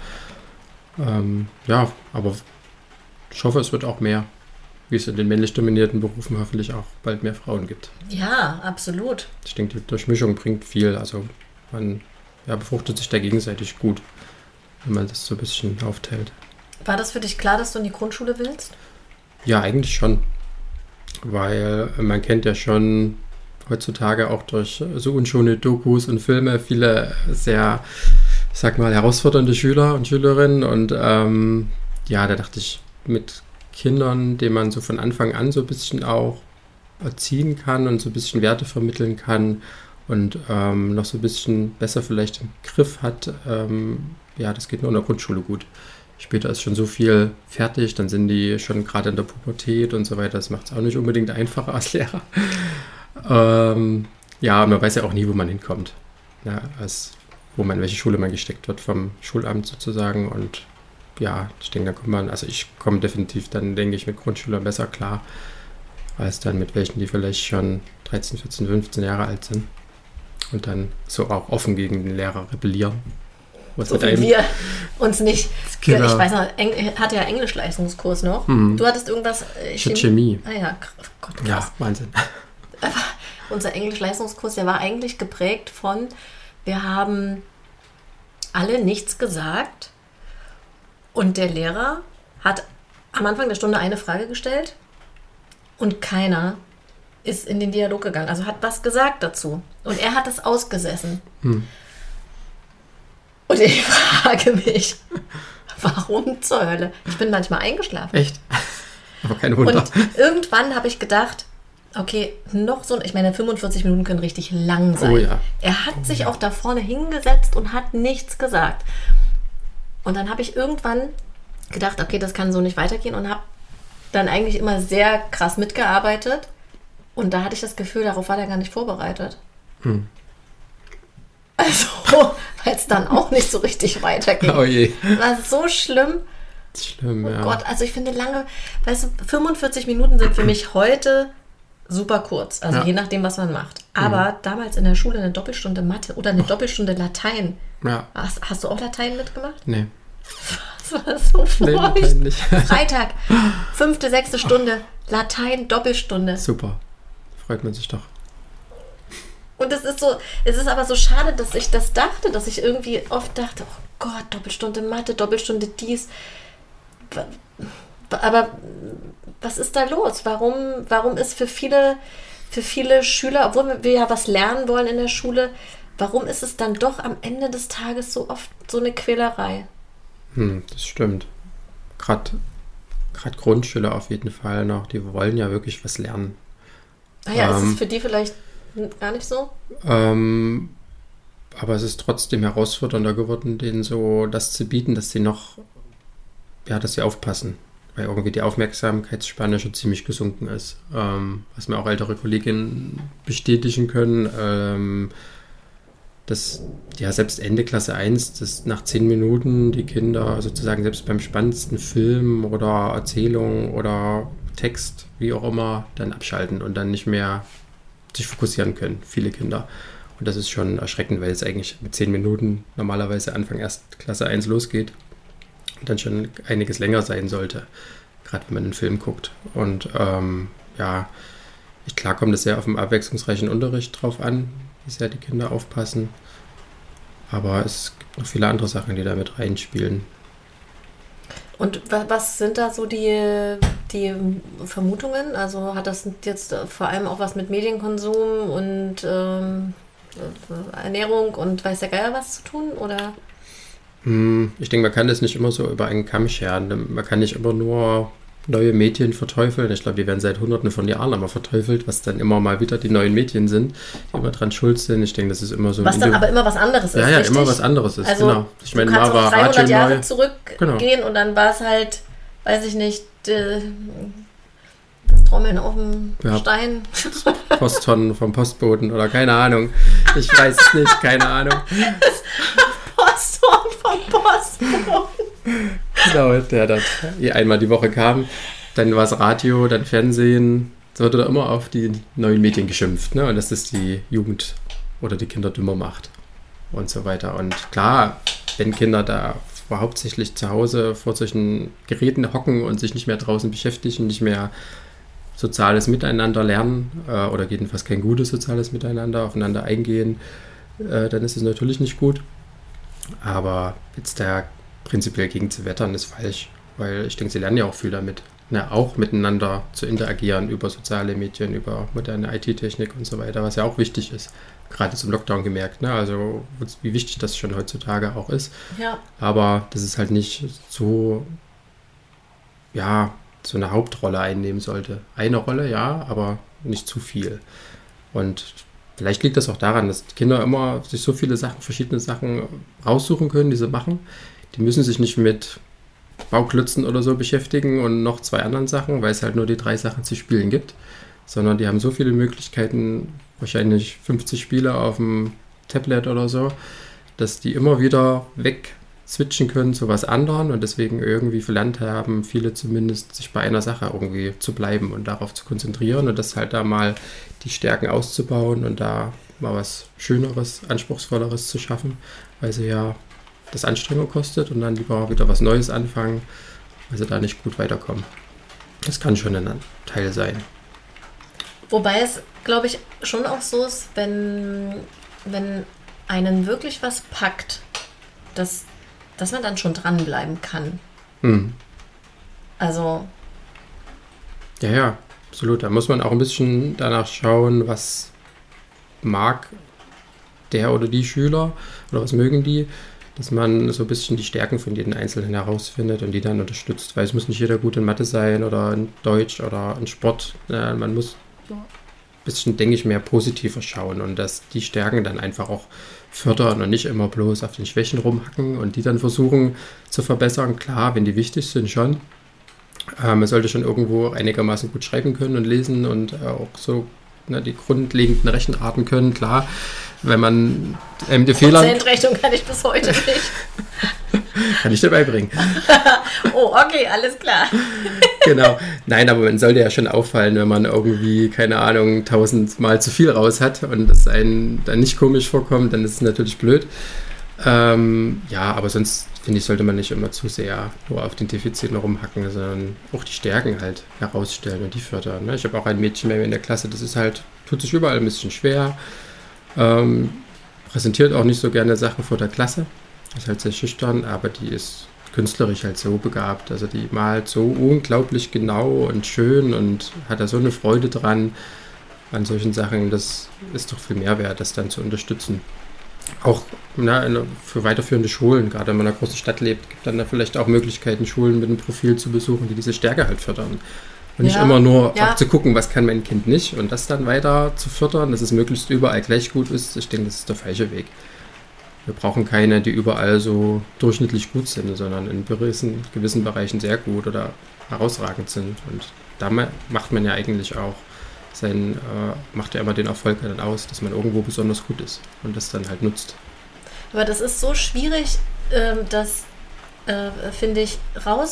Aber ich hoffe, es wird auch mehr, wie es in den männlich dominierten Berufen hoffentlich auch bald mehr Frauen gibt. Ja, absolut. Ich denke, die Durchmischung bringt viel, also man befruchtet sich da gegenseitig gut, wenn man das so ein bisschen aufteilt. War das für dich klar, dass du in die Grundschule willst? Ja, eigentlich schon, weil man kennt ja schon heutzutage auch durch so unschöne Dokus und Filme viele sehr, ich sag mal, herausfordernde Schüler und Schülerinnen. Und da dachte ich, mit Kindern, denen man so von Anfang an so ein bisschen auch erziehen kann und so ein bisschen Werte vermitteln kann und noch so ein bisschen besser vielleicht im Griff hat, das geht nur in der Grundschule gut. Später ist schon so viel fertig, dann sind die schon gerade in der Pubertät und so weiter. Das macht es auch nicht unbedingt einfacher als Lehrer. Man weiß ja auch nie, wo man hinkommt. Ja, in welche Schule man gesteckt wird vom Schulamt sozusagen. Und ich denke, ich komme definitiv dann, denke ich, mit Grundschülern besser klar, als dann mit welchen, die vielleicht schon 13, 14, 15 Jahre alt sind. Und dann so auch offen gegen den Lehrer rebellieren. So wie wir uns nicht. Genau. Ich weiß noch, hatte ja Englischleistungskurs noch. Du hattest irgendwas... Chemie. Ah ja, Gott, krass. Ja, Wahnsinn. Aber unser Englischleistungskurs, der war eigentlich geprägt von, wir haben alle nichts gesagt und der Lehrer hat am Anfang der Stunde eine Frage gestellt und keiner ist in den Dialog gegangen, also hat was gesagt dazu. Und er hat es ausgesessen. Und ich frage mich, Warum zur Hölle? Ich bin manchmal eingeschlafen. Echt? Aber kein Wunder. Und irgendwann habe ich gedacht, okay, ich meine, 45 Minuten können richtig lang sein. Oh ja. Er hat sich auch da vorne hingesetzt und hat nichts gesagt. Und dann habe ich irgendwann gedacht, okay, das kann so nicht weitergehen und habe dann eigentlich immer sehr krass mitgearbeitet. Und da hatte ich das Gefühl, darauf war der gar nicht vorbereitet. Also, weil es dann auch nicht so richtig weiterging. Oh je. War so schlimm. Schlimm, Oh ja. Gott, also ich finde weißt du, 45 Minuten sind für mich heute super kurz. Also je nachdem, was man macht. Aber damals in der Schule eine Doppelstunde Mathe oder eine Doppelstunde Latein. Ja. Hast du auch Latein mitgemacht? Nee. Das war so furchtbar. Latein nicht. Freitag, 5., 6. Stunde, Latein, Doppelstunde. Super. Freut man sich doch. Und es ist aber so schade, dass ich das dachte, dass ich irgendwie oft dachte, oh Gott, Doppelstunde Mathe, Doppelstunde dies. Aber was ist da los? Warum ist für viele Schüler, obwohl wir ja was lernen wollen in der Schule, warum ist es dann doch am Ende des Tages so oft so eine Quälerei? Das stimmt. Gerade Grundschüler auf jeden Fall noch, die wollen ja wirklich was lernen. Naja, ist es für die vielleicht gar nicht so? Aber es ist trotzdem herausfordernder geworden, denen so das zu bieten, dass sie dass sie aufpassen. Weil irgendwie die Aufmerksamkeitsspanne schon ziemlich gesunken ist. Was mir auch ältere Kolleginnen bestätigen können, dass selbst Ende Klasse 1, dass nach 10 Minuten die Kinder sozusagen selbst beim spannendsten Film oder Erzählung oder Text, wie auch immer, dann abschalten und dann nicht mehr sich fokussieren können, viele Kinder. Und das ist schon erschreckend, weil es eigentlich mit 10 Minuten normalerweise Anfang erst Klasse 1 losgeht und dann schon einiges länger sein sollte, gerade wenn man einen Film guckt. Und klar kommt es sehr auf den abwechslungsreichen Unterricht drauf an, wie sehr die Kinder aufpassen. Aber es gibt noch viele andere Sachen, die da mit reinspielen. Und was sind da so die Vermutungen? Also hat das jetzt vor allem auch was mit Medienkonsum und Ernährung und weiß der Geier was zu tun? Oder? Ich denke, man kann das nicht immer so über einen Kamm scheren. Man kann nicht immer nur neue Medien verteufeln. Ich glaube, die werden seit Hunderten von Jahren immer verteufelt, was dann immer mal wieder die neuen Medien sind, die immer dran schuld sind. Ich denke, das ist immer so... Was dann aber immer was anderes ist, Ja, richtig? immer was anderes ist, also, genau. Ich meine, du kannst mal auch war 300 Radio Jahre neu. zurückgehen und dann war es halt, weiß ich nicht, das Trommeln auf dem Stein. Posttonnen vom Postboten oder keine Ahnung. Ich weiß es nicht, keine Ahnung. Posttonnen vom Postboten. Genau, der dann einmal die Woche kam. Dann war es Radio, dann Fernsehen. So wird da immer auf die neuen Medien geschimpft, ne? Und dass das die Jugend oder die Kinder dümmer macht und so weiter. Und klar, wenn Kinder da hauptsächlich zu Hause vor solchen Geräten hocken und sich nicht mehr draußen beschäftigen, nicht mehr soziales Miteinander lernen oder jedenfalls kein gutes soziales Miteinander, aufeinander eingehen, dann ist es natürlich nicht gut. Aber jetzt da prinzipiell gegen zu wettern ist falsch, weil ich denke, sie lernen ja auch viel damit. Auch miteinander zu interagieren über soziale Medien, über moderne IT-Technik und so weiter, was ja auch wichtig ist. Gerade zum Lockdown gemerkt, ne? Also wie wichtig das schon heutzutage auch ist. Ja. Aber dass es halt nicht so eine Hauptrolle einnehmen sollte. Eine Rolle, ja, aber nicht zu viel. Und vielleicht liegt das auch daran, dass die Kinder immer sich so viele verschiedene Sachen raussuchen können, die sie machen. Die müssen sich nicht mit Bauklötzen oder so beschäftigen und noch 2 anderen Sachen, weil es halt nur die 3 Sachen zu spielen gibt, sondern die haben so viele Möglichkeiten, wahrscheinlich 50 Spiele auf dem Tablet oder so, dass die immer wieder switchen können zu was anderem und deswegen irgendwie verlernt haben, viele zumindest, sich bei einer Sache irgendwie zu bleiben und darauf zu konzentrieren und das halt da mal die Stärken auszubauen und da mal was Schöneres, Anspruchsvolleres zu schaffen, weil sie ja das Anstrengung kostet und dann lieber wieder was Neues anfangen, weil sie da nicht gut weiterkommen. Das kann schon ein Teil sein. Wobei es, glaube ich, schon auch so ist, wenn einen wirklich was packt, dass man dann schon dranbleiben kann. Also... Ja, absolut. Da muss man auch ein bisschen danach schauen, was mag der oder die Schüler oder was mögen die. dass man so ein bisschen die Stärken von jedem Einzelnen herausfindet und die dann unterstützt, weil es muss nicht jeder gut in Mathe sein oder in Deutsch oder in Sport. Man muss ein bisschen, denke ich, mehr positiver schauen und dass die Stärken dann einfach auch fördern und nicht immer bloß auf den Schwächen rumhacken und die dann versuchen zu verbessern. Klar, wenn die wichtig sind, schon. Man sollte schon irgendwo einigermaßen gut schreiben können und lesen und auch so die grundlegenden Rechenarten können, klar. Wenn man die Fehler... Prozentrechnung kann ich bis heute nicht. Kann ich dir beibringen. Oh, okay, alles klar. Genau. Nein, aber man sollte ja schon auffallen, wenn man irgendwie, keine Ahnung, 1000 Mal zu viel raus hat und das einem dann nicht komisch vorkommt, dann ist es natürlich blöd. Ja, aber sonst, finde ich, sollte man nicht immer zu sehr nur auf den Defiziten rumhacken, sondern auch die Stärken halt herausstellen und die fördern. Ne? Ich habe auch ein Mädchen bei mir in der Klasse, das ist halt, tut sich überall ein bisschen schwer, präsentiert auch nicht so gerne Sachen vor der Klasse, ist halt sehr schüchtern, aber die ist künstlerisch halt so begabt, also die malt so unglaublich genau und schön und hat da so eine Freude dran an solchen Sachen, das ist doch viel mehr wert, das dann zu unterstützen. Auch für weiterführende Schulen, gerade wenn man in einer großen Stadt lebt, gibt dann da vielleicht auch Möglichkeiten, Schulen mit einem Profil zu besuchen, die diese Stärke halt fördern. Und nicht immer nur zu gucken, was kann mein Kind nicht und das dann weiter zu fördern, dass es möglichst überall gleich gut ist. Ich denke, das ist der falsche Weg. Wir brauchen keine, die überall so durchschnittlich gut sind, sondern in gewissen Bereichen sehr gut oder herausragend sind. Und da macht man ja eigentlich auch macht ja immer den Erfolg dann aus, dass man irgendwo besonders gut ist und das dann halt nutzt. Aber das ist so schwierig, das finde ich,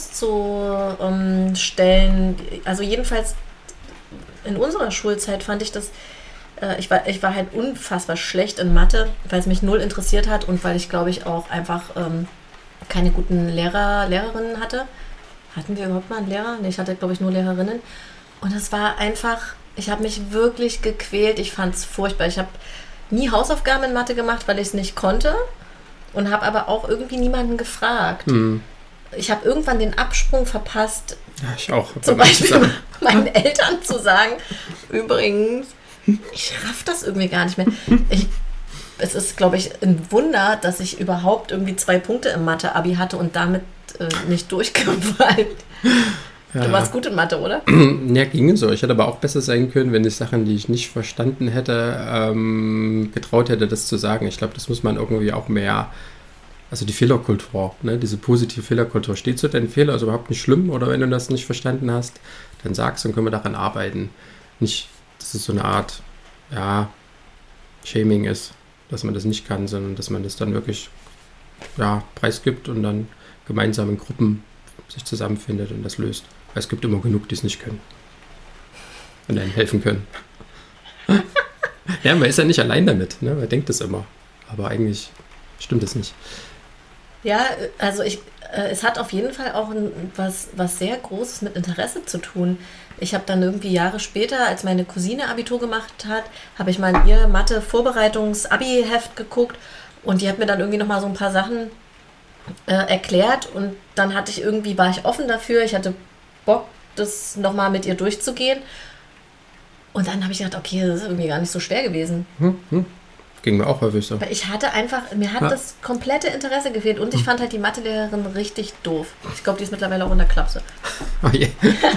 rauszustellen. Also jedenfalls in unserer Schulzeit fand ich das, ich war halt unfassbar schlecht in Mathe, weil es mich null interessiert hat und weil ich, glaube ich, auch einfach keine guten Lehrerinnen hatte. Hatten wir überhaupt mal einen Lehrer? Nee, ich hatte, glaube ich, nur Lehrerinnen. Und es war einfach, ich habe mich wirklich gequält. Ich fand es furchtbar. Ich habe nie Hausaufgaben in Mathe gemacht, weil ich es nicht konnte und habe aber auch irgendwie niemanden gefragt. Ich habe irgendwann den Absprung verpasst. Ja, ich auch. Zum Beispiel meinen Eltern zu sagen, übrigens, ich raff das irgendwie gar nicht mehr. Es ist, glaube ich, ein Wunder, dass ich überhaupt irgendwie 2 Punkte im Mathe-Abi hatte und damit nicht durchgefallen. Ja. Du warst gut in Mathe, oder? Ja, ging so. Ich hätte aber auch besser sein können, wenn ich Sachen, die ich nicht verstanden hätte, getraut hätte, das zu sagen. Ich glaube, das muss man irgendwie auch mehr, also die Fehlerkultur, ne? Diese positive Fehlerkultur. Steht zu deinem Fehler, ist überhaupt nicht schlimm, oder wenn du das nicht verstanden hast, dann sag's und können wir daran arbeiten. Nicht, dass es so eine Art, Shaming ist, dass man das nicht kann, sondern dass man das dann wirklich, preisgibt und dann gemeinsam in Gruppen sich zusammenfindet und das löst. Weil es gibt immer genug, die es nicht können. Und einem helfen können. Ja, man ist ja nicht allein damit. Ne? Man denkt das immer. Aber eigentlich stimmt es nicht. Ja, also es hat auf jeden Fall auch was sehr Großes mit Interesse zu tun. Ich habe dann irgendwie Jahre später, als meine Cousine Abitur gemacht hat, habe ich mal in ihr Mathe-Vorbereitungs-Abi-Heft geguckt und die hat mir dann irgendwie nochmal so ein paar Sachen erklärt und dann war ich offen dafür, ich hatte Bock, das nochmal mit ihr durchzugehen und dann habe ich gedacht, okay, das ist irgendwie gar nicht so schwer gewesen. Ging mir auch häufig so. Weil mir hat das komplette Interesse gefehlt und ich fand halt die Mathelehrerin richtig doof. Ich glaube, die ist mittlerweile auch in der Klapse. Oh je.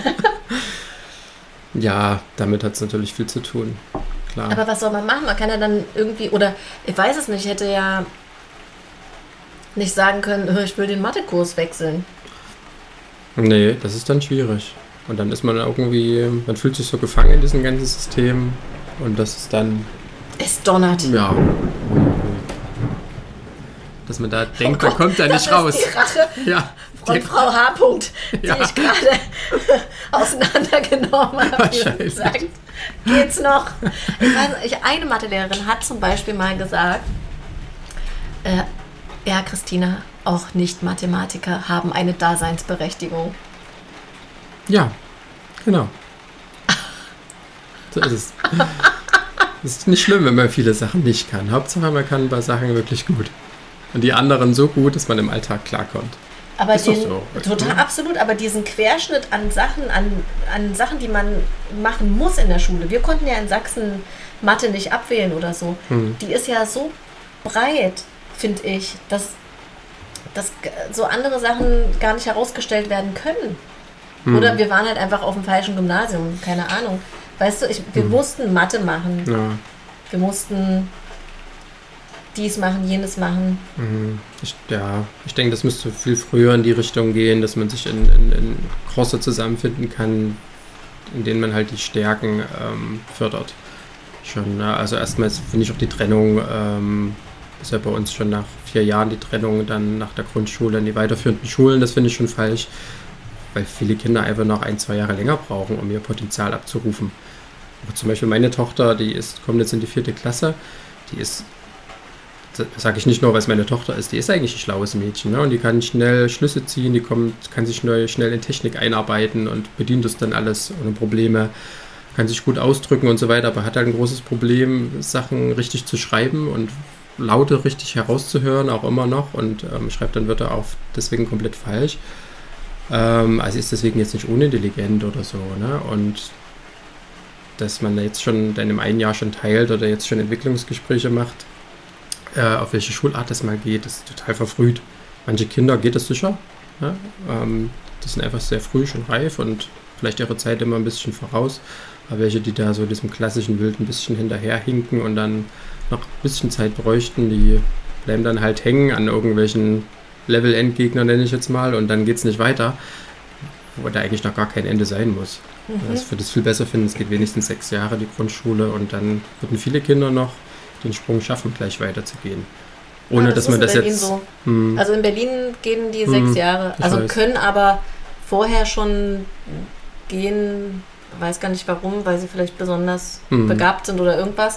Ja, damit hat es natürlich viel zu tun, klar. Aber was soll man machen? Man kann ja dann irgendwie, oder ich weiß es nicht, ich hätte ja nicht sagen können, ich will den Mathekurs wechseln. Nee, das ist dann schwierig. Und dann ist man irgendwie, man fühlt sich so gefangen in diesem ganzen System und das ist dann... Es donnert. Ja. Dass man da denkt, man kommt da nicht raus. Das ist die Rache von Frau H. die ich gerade auseinandergenommen habe. Die sagt, geht's noch? Ich weiß nicht, eine Mathelehrerin hat zum Beispiel mal gesagt, ja, Christina, auch Nicht-Mathematiker haben eine Daseinsberechtigung. Ja, genau. So ist es. Es ist nicht schlimm, wenn man viele Sachen nicht kann. Hauptsache, man kann ein paar Sachen wirklich gut. Und die anderen so gut, dass man im Alltag klarkommt. Aber total absolut, aber diesen Querschnitt an Sachen, die man machen muss in der Schule. Wir konnten ja in Sachsen Mathe nicht abwählen oder so. Die ist ja so breit, finde ich, dass dass so andere Sachen gar nicht herausgestellt werden können. Oder wir waren halt einfach auf dem falschen Gymnasium, keine Ahnung. Weißt du, wir mussten Mathe machen. Ja. Wir mussten dies machen, jenes machen. Ich denke, das müsste viel früher in die Richtung gehen, dass man sich in Kurse zusammenfinden kann, in denen man halt die Stärken fördert. Schon, also erstmal finde ich auch die Trennung, ist ja bei uns schon nach 4 Jahren die Trennung, dann nach der Grundschule in die weiterführenden Schulen, das finde ich schon falsch, weil viele Kinder einfach noch 1-2 Jahre länger brauchen, um ihr Potenzial abzurufen. Aber zum Beispiel meine Tochter, kommt jetzt in die 4. Klasse, die ist, das sage ich nicht nur, weil es meine Tochter ist, die ist eigentlich ein schlaues Mädchen, ne? Und die kann schnell Schlüsse ziehen, kann sich schnell in Technik einarbeiten und bedient das dann alles ohne Probleme, kann sich gut ausdrücken und so weiter, aber hat halt ein großes Problem, Sachen richtig zu schreiben und Laute richtig herauszuhören, auch immer noch, und schreibt dann Wörter auch deswegen komplett falsch. Also ist deswegen jetzt nicht unintelligent oder so, ne? Und dass man jetzt schon dann im einen Jahr schon teilt oder jetzt schon Entwicklungsgespräche macht, auf welche Schulart das mal geht, ist total verfrüht. Manche Kinder geht das sicher, ne? Die sind einfach sehr früh schon reif und vielleicht ihre Zeit immer ein bisschen voraus, aber welche, die da so diesem klassischen Bild ein bisschen hinterherhinken und dann noch ein bisschen Zeit bräuchten, die bleiben dann halt hängen an irgendwelchen Level-Endgegner, nenne ich jetzt mal, und dann geht es nicht weiter, wo da eigentlich noch gar kein Ende sein muss. Also ich würde es viel besser finden, es geht wenigstens 6 Jahre die Grundschule und dann würden viele Kinder noch den Sprung schaffen, gleich weiterzugehen. Ohne dass man das jetzt... So. Also in Berlin gehen die 6 Jahre, also können aber vorher schon gehen, weiß gar nicht warum, weil sie vielleicht besonders begabt sind oder irgendwas,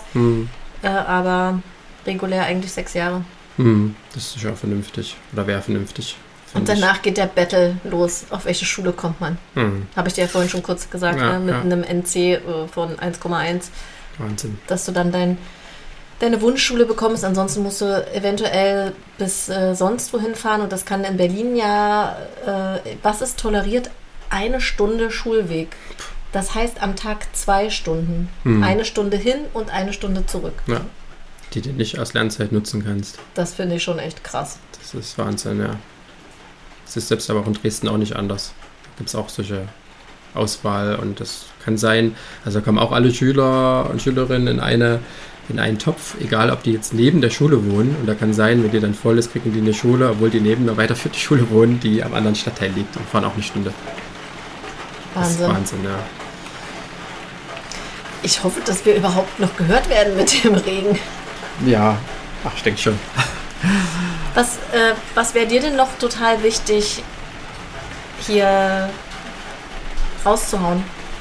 aber regulär eigentlich 6 Jahre. Das ist ja vernünftig. Oder wäre vernünftig. Und danach geht der Battle los. Auf welche Schule kommt man? Habe ich dir ja vorhin schon kurz gesagt, Ja, ne? Mit einem NC von 1,1. Wahnsinn. Dass du dann deine Wunschschule bekommst. Ansonsten musst du eventuell bis sonst wohin fahren. Und das kann in Berlin ja, was ist toleriert? 1 Stunde Schulweg. Das heißt am Tag 2 Stunden. 1 Stunde hin und 1 Stunde zurück. Ja. Die du nicht als Lernzeit nutzen kannst. Das finde ich schon echt krass. Das ist Wahnsinn, ja. Es ist selbst aber auch in Dresden auch nicht anders. Da gibt es auch solche Auswahl und das kann sein, also da kommen auch alle Schüler und Schülerinnen in einen Topf, egal ob die jetzt neben der Schule wohnen, und da kann sein, wenn die dann voll ist, kriegen die eine Schule, obwohl die neben einer weiterführenden Schule wohnen, die am anderen Stadtteil liegt und fahren auch eine Stunde. Wahnsinn. Das ist Wahnsinn, ja. Ich hoffe, dass wir überhaupt noch gehört werden mit dem Regen. Ja, ich denke schon. Was wäre dir denn noch total wichtig, hier rauszuhauen?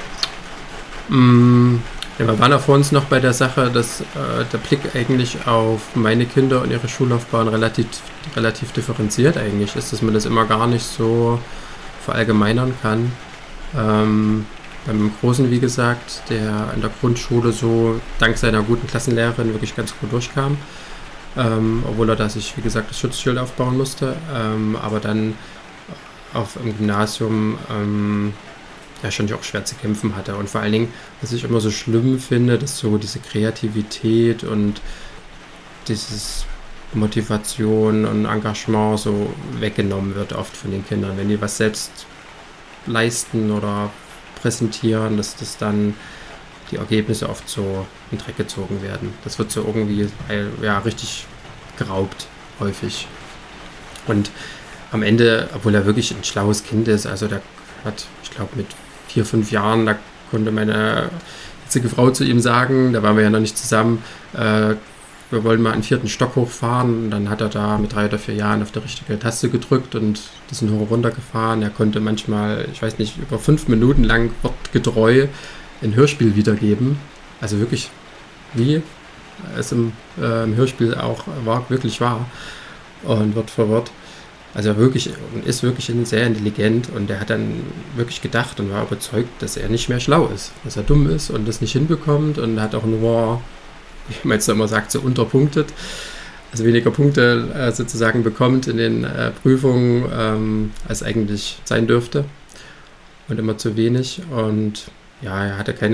Ja, wir waren ja vor uns noch bei der Sache, dass der Blick eigentlich auf meine Kinder und ihre Schullaufbahn relativ differenziert eigentlich ist, dass man das immer gar nicht so verallgemeinern kann. Beim Großen, wie gesagt, der in der Grundschule so dank seiner guten Klassenlehrerin wirklich ganz gut durchkam, obwohl er da sich, wie gesagt, das Schutzschild aufbauen musste, aber dann im Gymnasium ja schon auch schwer zu kämpfen hatte. Und vor allen Dingen, was ich immer so schlimm finde, dass so diese Kreativität und dieses Motivation und Engagement so weggenommen wird oft von den Kindern, wenn die was selbst leisten oder präsentieren, dass das dann die Ergebnisse oft so in den Dreck gezogen werden. Das wird so irgendwie ja, richtig geraubt, häufig. Und am Ende, obwohl er wirklich ein schlaues Kind ist, also der hat, ich glaube mit 4, 5 Jahren, da konnte meine jetzige Frau zu ihm sagen, da waren wir ja noch nicht zusammen, wir wollen mal einen 4. Stock hochfahren. Und dann hat er da mit 3 oder 4 Jahren auf die richtige Taste gedrückt und die sind hoch runtergefahren. Er konnte manchmal, ich weiß nicht, über 5 Minuten lang wortgetreu ein Hörspiel wiedergeben. Also wirklich, wie es im Hörspiel auch wirklich war. Und Wort für Wort. Also er ist wirklich sehr intelligent und er hat dann wirklich gedacht und war überzeugt, dass er nicht mehr schlau ist, dass er dumm ist und das nicht hinbekommt und hat auch nur, wie man jetzt immer sagt, so unterpunktet, also weniger Punkte sozusagen bekommt in den Prüfungen, als eigentlich sein dürfte und immer zu wenig. Und ja, er hatte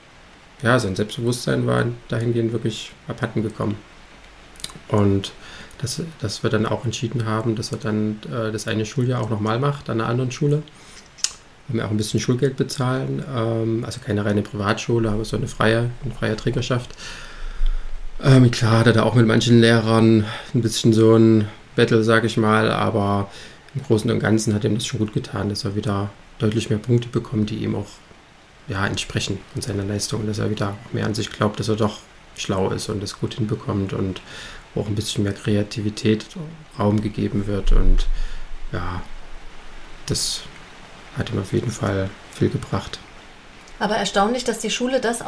sein Selbstbewusstsein war dahingehend wirklich abhanden gekommen. Und dass wir dann auch entschieden haben, dass er dann das eine Schuljahr auch nochmal macht an einer anderen Schule. Wir auch ein bisschen Schulgeld bezahlen, also keine reine Privatschule, aber so eine freie Trägerschaft. Klar hat er da auch mit manchen Lehrern ein bisschen so ein Battle, sage ich mal, aber im Großen und Ganzen hat ihm das schon gut getan, dass er wieder deutlich mehr Punkte bekommt, die ihm auch entsprechen von seiner Leistung, und dass er wieder mehr an sich glaubt, dass er doch schlau ist und das gut hinbekommt und auch ein bisschen mehr Kreativität Raum gegeben wird, und ja, das hat ihm auf jeden Fall viel gebracht. Aber erstaunlich, dass die Schule das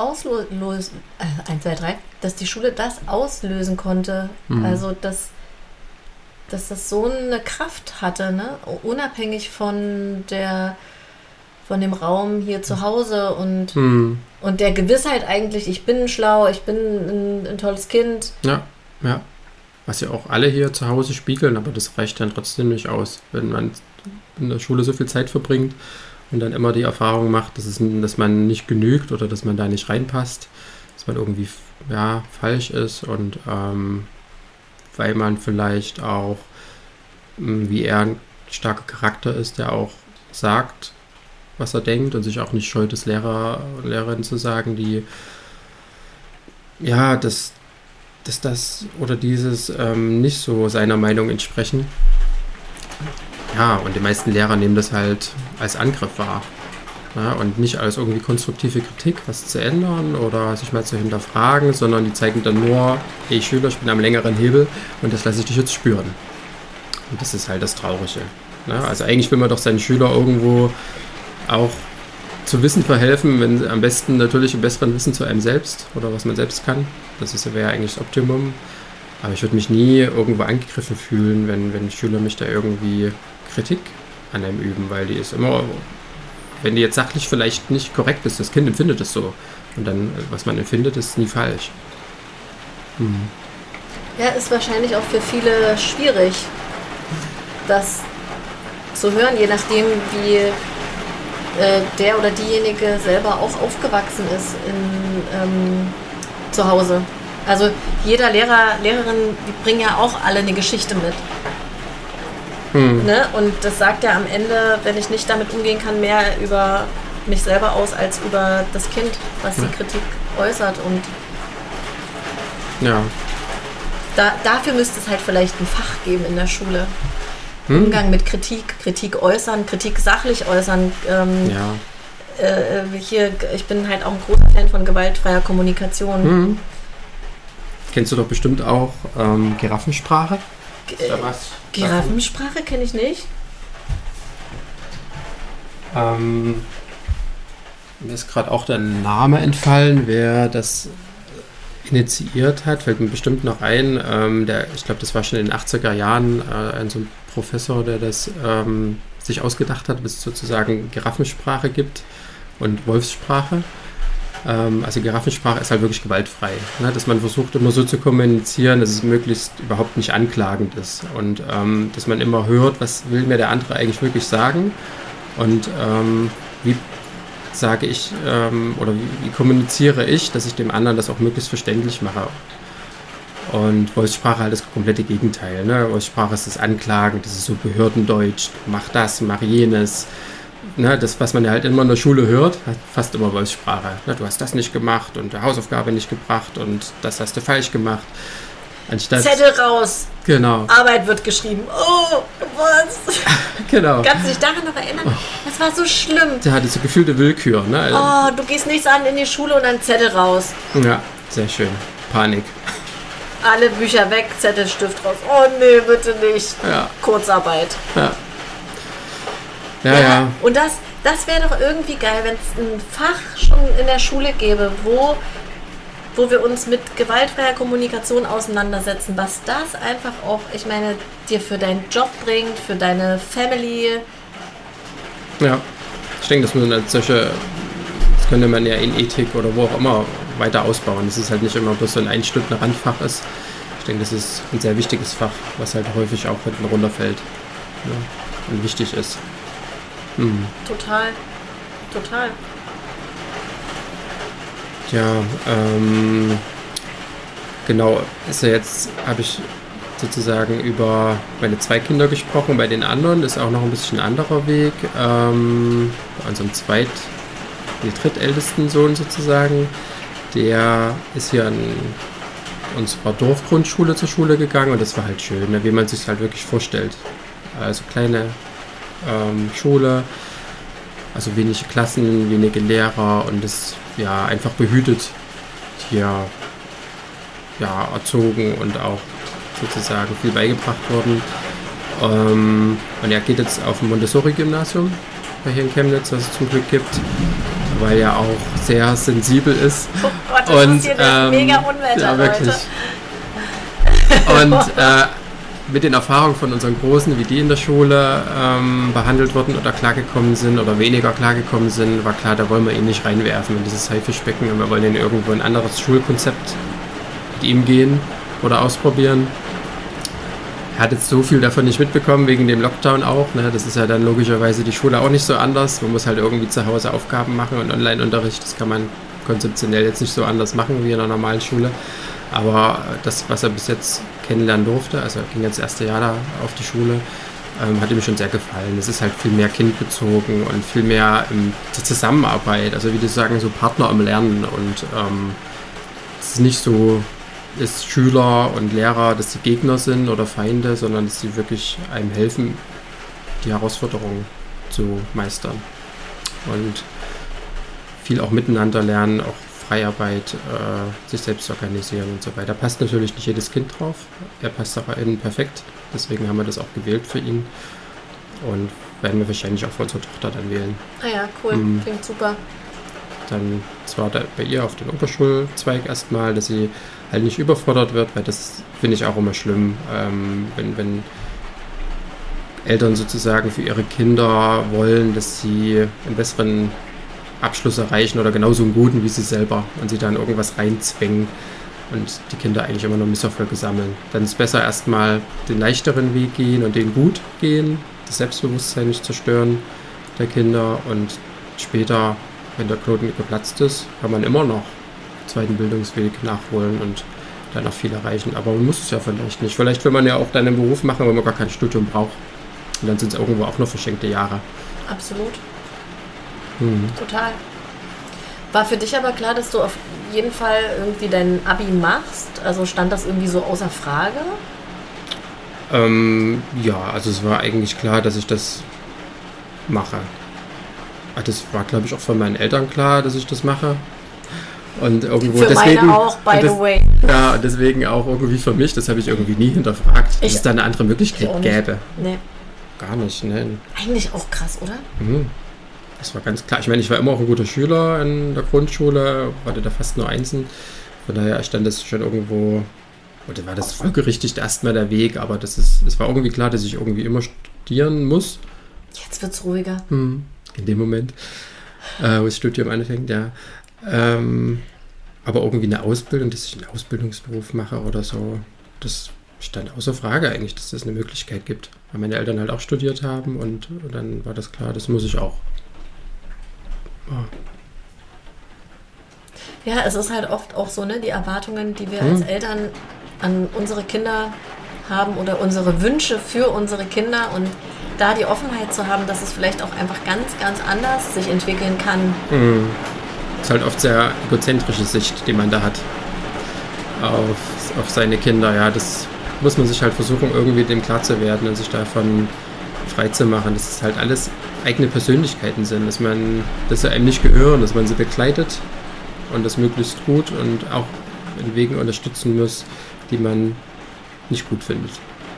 dass die Schule das auslösen konnte. Also, dass das so eine Kraft hatte, ne? Unabhängig von dem Raum hier zu Hause und der Gewissheit eigentlich, ich bin schlau, ich bin ein tolles Kind. Ja. Was ja auch alle hier zu Hause spiegeln, aber das reicht dann trotzdem nicht aus, wenn man in der Schule so viel Zeit verbringt und dann immer die Erfahrung macht, dass man nicht genügt oder dass man da nicht reinpasst, dass man irgendwie falsch ist, und weil man vielleicht auch, wie er ein starker Charakter ist, der auch sagt, was er denkt und sich auch nicht scheut, es Lehrer und Lehrerinnen zu sagen, die dass das oder dieses nicht so seiner Meinung entsprechen. Ja, und die meisten Lehrer nehmen das halt als Angriff wahr. Ja, und nicht als irgendwie konstruktive Kritik, was zu ändern oder sich mal zu hinterfragen, sondern die zeigen dann nur, hey Schüler, ich bin am längeren Hebel und das lasse ich dich jetzt spüren. Und das ist halt das Traurige. Ja, also eigentlich will man doch seinen Schüler irgendwo auch zu Wissen verhelfen, wenn am besten natürlich im besseren Wissen zu einem selbst oder was man selbst kann. Wäre eigentlich das Optimum. Aber ich würde mich nie irgendwo angegriffen fühlen, wenn Schüler mich da irgendwie Kritik an einem üben, weil die ist immer, wenn die jetzt sachlich vielleicht nicht korrekt ist, das Kind empfindet es so. Und dann, was man empfindet, ist nie falsch. Ja, ist wahrscheinlich auch für viele schwierig, das zu hören, je nachdem, wie der oder diejenige selber auch aufgewachsen ist zu Hause. Also jeder Lehrer, Lehrerin, die bringen ja auch alle eine Geschichte mit. Ne? Und das sagt ja am Ende, wenn ich nicht damit umgehen kann, mehr über mich selber aus, als über das Kind, was die Kritik äußert. Und dafür müsste es halt vielleicht ein Fach geben in der Schule. Umgang mit Kritik äußern, Kritik sachlich äußern. Ich bin halt auch ein großer Fan von gewaltfreier Kommunikation. Kennst du doch bestimmt auch Giraffensprache? Giraffensprache kenne ich nicht. Mir ist gerade auch der Name entfallen, wer das initiiert hat, fällt mir bestimmt noch ein. Ich glaube, das war schon in den 80er Jahren so ein Professor, der das sich ausgedacht hat, dass es sozusagen Giraffensprache gibt und Wolfssprache. Also Giraffensprache ist halt wirklich gewaltfrei, ne? Dass man versucht immer so zu kommunizieren, dass es möglichst überhaupt nicht anklagend ist und dass man immer hört, was will mir der andere eigentlich wirklich sagen und wie sage ich oder wie kommuniziere ich, dass ich dem anderen das auch möglichst verständlich mache. Und Wolfssprache halt das komplette Gegenteil. Ne? Wolfssprache ist das Anklagen, das ist so Behördendeutsch, mach das, mach jenes. Ne? Das, was man ja halt immer in der Schule hört, hat fast immer Wolfssprache. Ne? Du hast das nicht gemacht und die Hausaufgabe nicht gebracht und das hast du falsch gemacht. Anstatt Zettel raus. Genau. Arbeit wird geschrieben. Oh, was? Genau. Kannst du dich daran noch erinnern? Das war so schlimm. Der hatte so gefühlte Willkür. Ne? Also, du gehst nichts an in die Schule und dann Zettel raus. Ja, sehr schön. Panik. Alle Bücher weg, Zettel, Stift raus. Oh nee, bitte nicht. Ja. Kurzarbeit. Ja. Und das wäre doch irgendwie geil, wenn es ein Fach schon in der Schule gäbe, wo wir uns mit gewaltfreier Kommunikation auseinandersetzen, was das einfach auch, ich meine, dir für deinen Job bringt, für deine Family. Ja, ich denke, das könnte man ja in Ethik oder wo auch immer weiter ausbauen. Das ist halt nicht immer bloß so ein Stunden Randfach ist. Ich denke, das ist ein sehr wichtiges Fach, was halt häufig auch hinten runterfällt, ja, und wichtig ist. Total. Ja, genau, ist ja jetzt, habe ich sozusagen über meine 2 Kinder gesprochen. Bei den anderen ist auch noch ein bisschen ein anderer Weg. Bei unserem drittältesten Sohn sozusagen, der ist hier an unserer Dorfgrundschule zur Schule gegangen und das war halt schön, ne, wie man sich halt wirklich vorstellt. Also kleine Schule, also wenige Klassen, wenige Lehrer und das ja einfach behütet hier ja erzogen und auch sozusagen viel beigebracht worden. Und er geht jetzt auf ein Montessori-Gymnasium hier in Chemnitz, was es zum Glück gibt, weil er auch sehr sensibel ist. Oh Gott, das und, ist hier das mega Unwetter, ja, wirklich. Leute. Und mit den Erfahrungen von unseren Großen, wie die in der Schule behandelt wurden oder klargekommen sind oder weniger klargekommen sind, war klar, da wollen wir ihn nicht reinwerfen in dieses Haifischbecken und wir wollen ihn irgendwo ein anderes Schulkonzept mit ihm gehen oder ausprobieren. Er hat jetzt so viel davon nicht mitbekommen, wegen dem Lockdown auch. Ne? Das ist ja dann logischerweise die Schule auch nicht so anders. Man muss halt irgendwie zu Hause Aufgaben machen und Online-Unterricht, das kann man konzeptionell jetzt nicht so anders machen wie in einer normalen Schule. Aber das, was er bis jetzt kennenlernen durfte, also er ging jetzt das erste Jahr da auf die Schule, hat ihm schon sehr gefallen. Es ist halt viel mehr kindbezogen und viel mehr die Zusammenarbeit, also wie die sagen, so Partner im Lernen und es ist nicht so, ist Schüler und Lehrer, dass die Gegner sind oder Feinde, sondern dass sie wirklich einem helfen, die Herausforderungen zu meistern. Und viel auch miteinander lernen, auch Freiarbeit, sich selbst organisieren und so weiter. Passt natürlich nicht jedes Kind drauf. Er passt auch innen perfekt. Deswegen haben wir das auch gewählt für ihn. Und werden wir wahrscheinlich auch für unsere Tochter dann wählen. Ah ja, cool. Klingt super. Dann zwar bei ihr auf den Oberschulzweig erstmal, dass sie halt nicht überfordert wird, weil das finde ich auch immer schlimm, wenn Eltern sozusagen für ihre Kinder wollen, dass sie einen besseren Abschluss erreichen oder genauso einen guten wie sie selber und sie dann irgendwas reinzwängen und die Kinder eigentlich immer nur Misserfolge sammeln. Dann ist es besser erstmal den leichteren Weg gehen und den gut gehen, das Selbstbewusstsein nicht zerstören der Kinder und später, wenn der Knoten geplatzt ist, kann man immer noch zweiten Bildungsweg nachholen und dann noch viel erreichen. Aber man muss es ja vielleicht nicht. Vielleicht will man ja auch dann einen Beruf machen, wo man gar kein Studium braucht. Und dann sind es irgendwo auch nur verschenkte Jahre. Absolut. Total. War für dich aber klar, dass du auf jeden Fall irgendwie dein Abi machst? Also stand das irgendwie so außer Frage? Ja, also es war eigentlich klar, dass ich das mache. Das war, glaube ich, auch von meinen Eltern klar, dass ich das mache. Und irgendwo für deswegen, meine auch, by the way. Ja, deswegen auch irgendwie für mich, das habe ich irgendwie nie hinterfragt, dass es da eine andere Möglichkeit gäbe. Nee. Gar nicht, ne? Eigentlich auch krass, oder? Das war ganz klar. Ich meine, ich war immer auch ein guter Schüler in der Grundschule, hatte da fast nur Einsen. Von daher stand das schon irgendwo, oder war das folgerichtig erstmal der Weg, aber es war irgendwie klar, dass ich irgendwie immer studieren muss. Jetzt wird's ruhiger. In dem Moment, wo das Studium anfängt, ja. Aber irgendwie eine Ausbildung, dass ich einen Ausbildungsberuf mache oder so, das stand außer Frage eigentlich, dass das eine Möglichkeit gibt. Weil meine Eltern halt auch studiert haben und dann war das klar, das muss ich auch. Ja, es ist halt oft auch so, ne, die Erwartungen, die wir als Eltern an unsere Kinder haben oder unsere Wünsche für unsere Kinder und da die Offenheit zu haben, dass es vielleicht auch einfach ganz, ganz anders sich entwickeln kann. Das ist halt oft sehr egozentrische Sicht, die man da hat auf seine Kinder. Ja, das muss man sich halt versuchen, irgendwie dem klar zu werden und sich davon frei zu machen, dass es halt alles eigene Persönlichkeiten sind, dass sie einem nicht gehören, dass man sie begleitet und das möglichst gut und auch in Wegen unterstützen muss, die man nicht gut findet.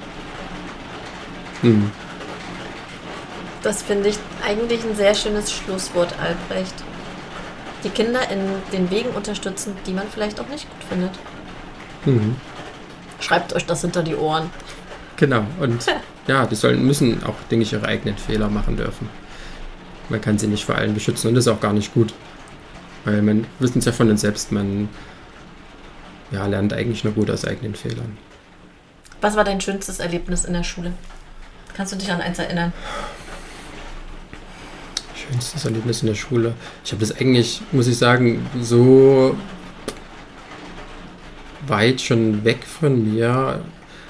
Das finde ich eigentlich ein sehr schönes Schlusswort, Albrecht. Die Kinder in den Wegen unterstützen, die man vielleicht auch nicht gut findet. Schreibt euch das hinter die Ohren. Genau, und ja, die müssen auch, denke ich, ihre eigenen Fehler machen dürfen. Man kann sie nicht vor allem beschützen und das ist auch gar nicht gut. Weil man wissen es ja von uns selbst, man lernt eigentlich nur gut aus eigenen Fehlern. Was war dein schönstes Erlebnis in der Schule? Kannst du dich an eins erinnern? Schönstes Erlebnis in der Schule. Ich habe das eigentlich, muss ich sagen, so weit schon weg von mir,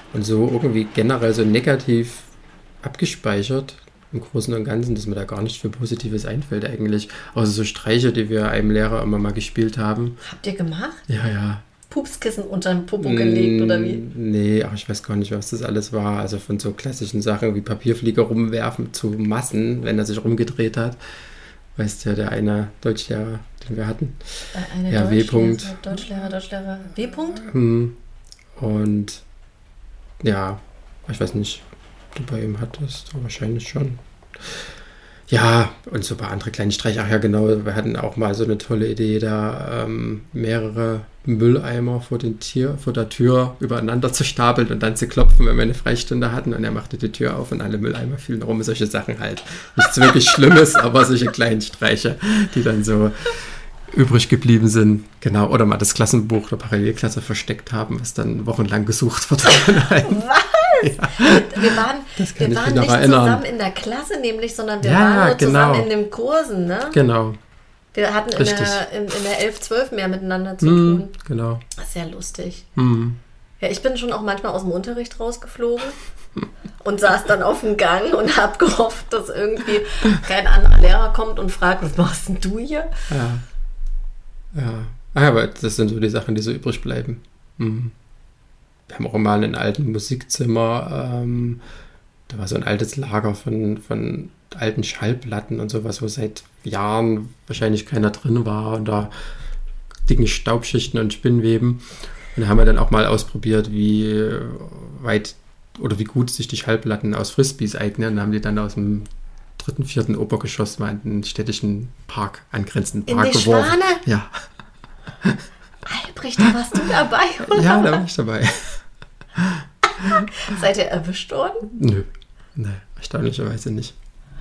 und so irgendwie generell so negativ abgespeichert im Großen und Ganzen, dass mir da gar nicht viel Positives einfällt eigentlich. Außer so Streiche, die wir einem Lehrer immer mal gespielt haben. Habt ihr gemacht? Ja, ja. Pupskissen unter den Popo gelegt oder wie? Nee, aber ich weiß gar nicht, was das alles war. Also von so klassischen Sachen wie Papierflieger rumwerfen zu Massen, wenn er sich rumgedreht hat. Weißt du ja, der eine Deutschlehrer, den wir hatten. Ja, W-Punkt. Deutschlehrer. W-Punkt? Und ja, ich weiß nicht, ob du bei ihm hattest, aber wahrscheinlich schon. Ja, und so ein paar andere kleine Streiche. Ach ja, genau, wir hatten auch mal so eine tolle Idee, da mehrere Mülleimer vor der Tür übereinander zu stapeln und dann zu klopfen, wenn wir eine Freistunde hatten. Und er machte die Tür auf und alle Mülleimer fielen rum. Solche Sachen halt. Nichts wirklich Schlimmes, aber solche kleinen Streiche, die dann so übrig geblieben sind. Genau, oder mal das Klassenbuch der Parallelklasse versteckt haben, was dann wochenlang gesucht wird. Was? Ja, wir waren nicht zusammen in der Klasse nämlich, sondern wir waren nur zusammen in den Kursen, ne? Genau. Wir hatten in der 11, 12 mehr miteinander zu tun. Genau. Das ist ja lustig. Mhm. Ja, ich bin schon auch manchmal aus dem Unterricht rausgeflogen und saß dann auf dem Gang und habe gehofft, dass irgendwie kein anderer Lehrer kommt und fragt, was machst denn du hier? Ja. Aber das sind so die Sachen, die so übrig bleiben. Mhm. Wir haben auch mal einen alten Musikzimmer, da war so ein altes Lager von alten Schallplatten und sowas, wo seit Jahren wahrscheinlich keiner drin war und da dicken Staubschichten und Spinnweben. Und da haben wir dann auch mal ausprobiert, wie weit oder wie gut sich die Schallplatten aus Frisbees eignen. Da haben die dann aus dem 3., 4. Obergeschoss mal in den städtischen Park, angrenzenden Park geworfen. In die Schwane? Ja. Albrecht, da warst du dabei, oder? Ja, da war ich dabei. Seid ihr erwischt worden? Nö, erstaunlicherweise nicht.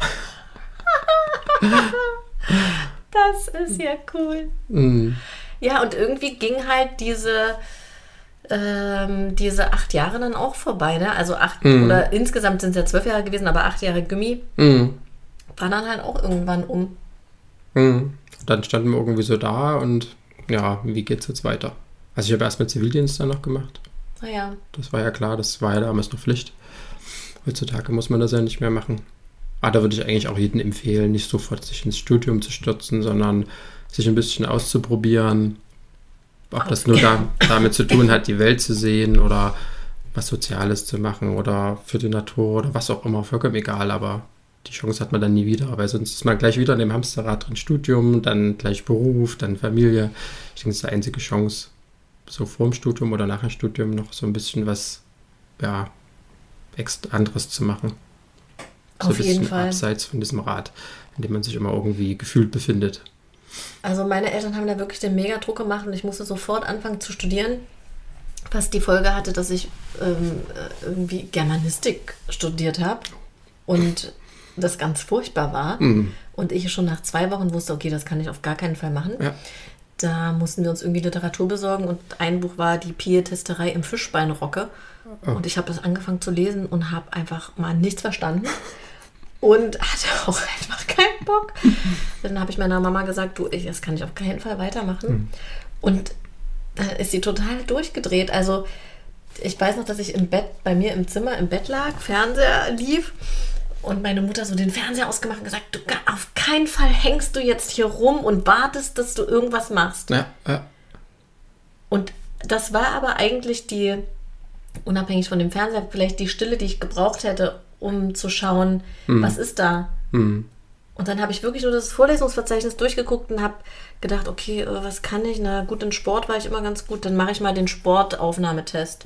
Das ist ja cool. Mhm. Ja, und irgendwie ging halt diese 8 Jahre dann auch vorbei, ne? Also 8 oder insgesamt sind es ja 12 Jahre gewesen, aber 8 Jahre Gymi war dann halt auch irgendwann um. Dann standen wir irgendwie so da und ja, wie geht's jetzt weiter? Also ich habe erstmal Zivildienst dann noch gemacht. Naja. Das war ja klar, das war ja damals noch Pflicht. Heutzutage muss man das ja nicht mehr machen. Aber da würde ich eigentlich auch jedem empfehlen, nicht sofort sich ins Studium zu stürzen, sondern sich ein bisschen auszuprobieren. Ob das nur damit zu tun hat, die Welt zu sehen oder was Soziales zu machen oder für die Natur oder was auch immer, vollkommen egal, aber die Chance hat man dann nie wieder, weil sonst ist man gleich wieder in dem Hamsterrad drin, Studium, dann gleich Beruf, dann Familie. Ich denke, das ist die einzige Chance, so vor dem Studium oder nach dem Studium noch so ein bisschen was, ja, extra anderes zu machen. So auf jeden Fall. Abseits von diesem Rad, in dem man sich immer irgendwie gefühlt befindet. Also meine Eltern haben da wirklich den Mega-Druck gemacht und ich musste sofort anfangen zu studieren, was die Folge hatte, dass ich irgendwie Germanistik studiert habe und das ganz furchtbar war. Und ich schon nach 2 Wochen wusste, okay, das kann ich auf gar keinen Fall machen. Ja. Da mussten wir uns irgendwie Literatur besorgen und ein Buch war Die Pietisterei im Fischbeinrocke. Oh. Und ich habe das angefangen zu lesen und habe einfach mal nichts verstanden und hatte auch einfach keinen Bock. Dann habe ich meiner Mama gesagt, das kann ich auf keinen Fall weitermachen. Und dann ist sie total durchgedreht. Also ich weiß noch, dass ich bei mir im Zimmer im Bett lag, Fernseher lief und meine Mutter so den Fernseher ausgemacht und gesagt, du, auf keinen Fall hängst du jetzt hier rum und wartest, dass du irgendwas machst. Ja. Und das war aber eigentlich unabhängig von dem Fernseher, vielleicht die Stille, die ich gebraucht hätte, um zu schauen, was ist da. Und dann habe ich wirklich nur das Vorlesungsverzeichnis durchgeguckt und habe gedacht, okay, was kann ich? Na gut, in Sport war ich immer ganz gut, dann mache ich mal den Sportaufnahmetest.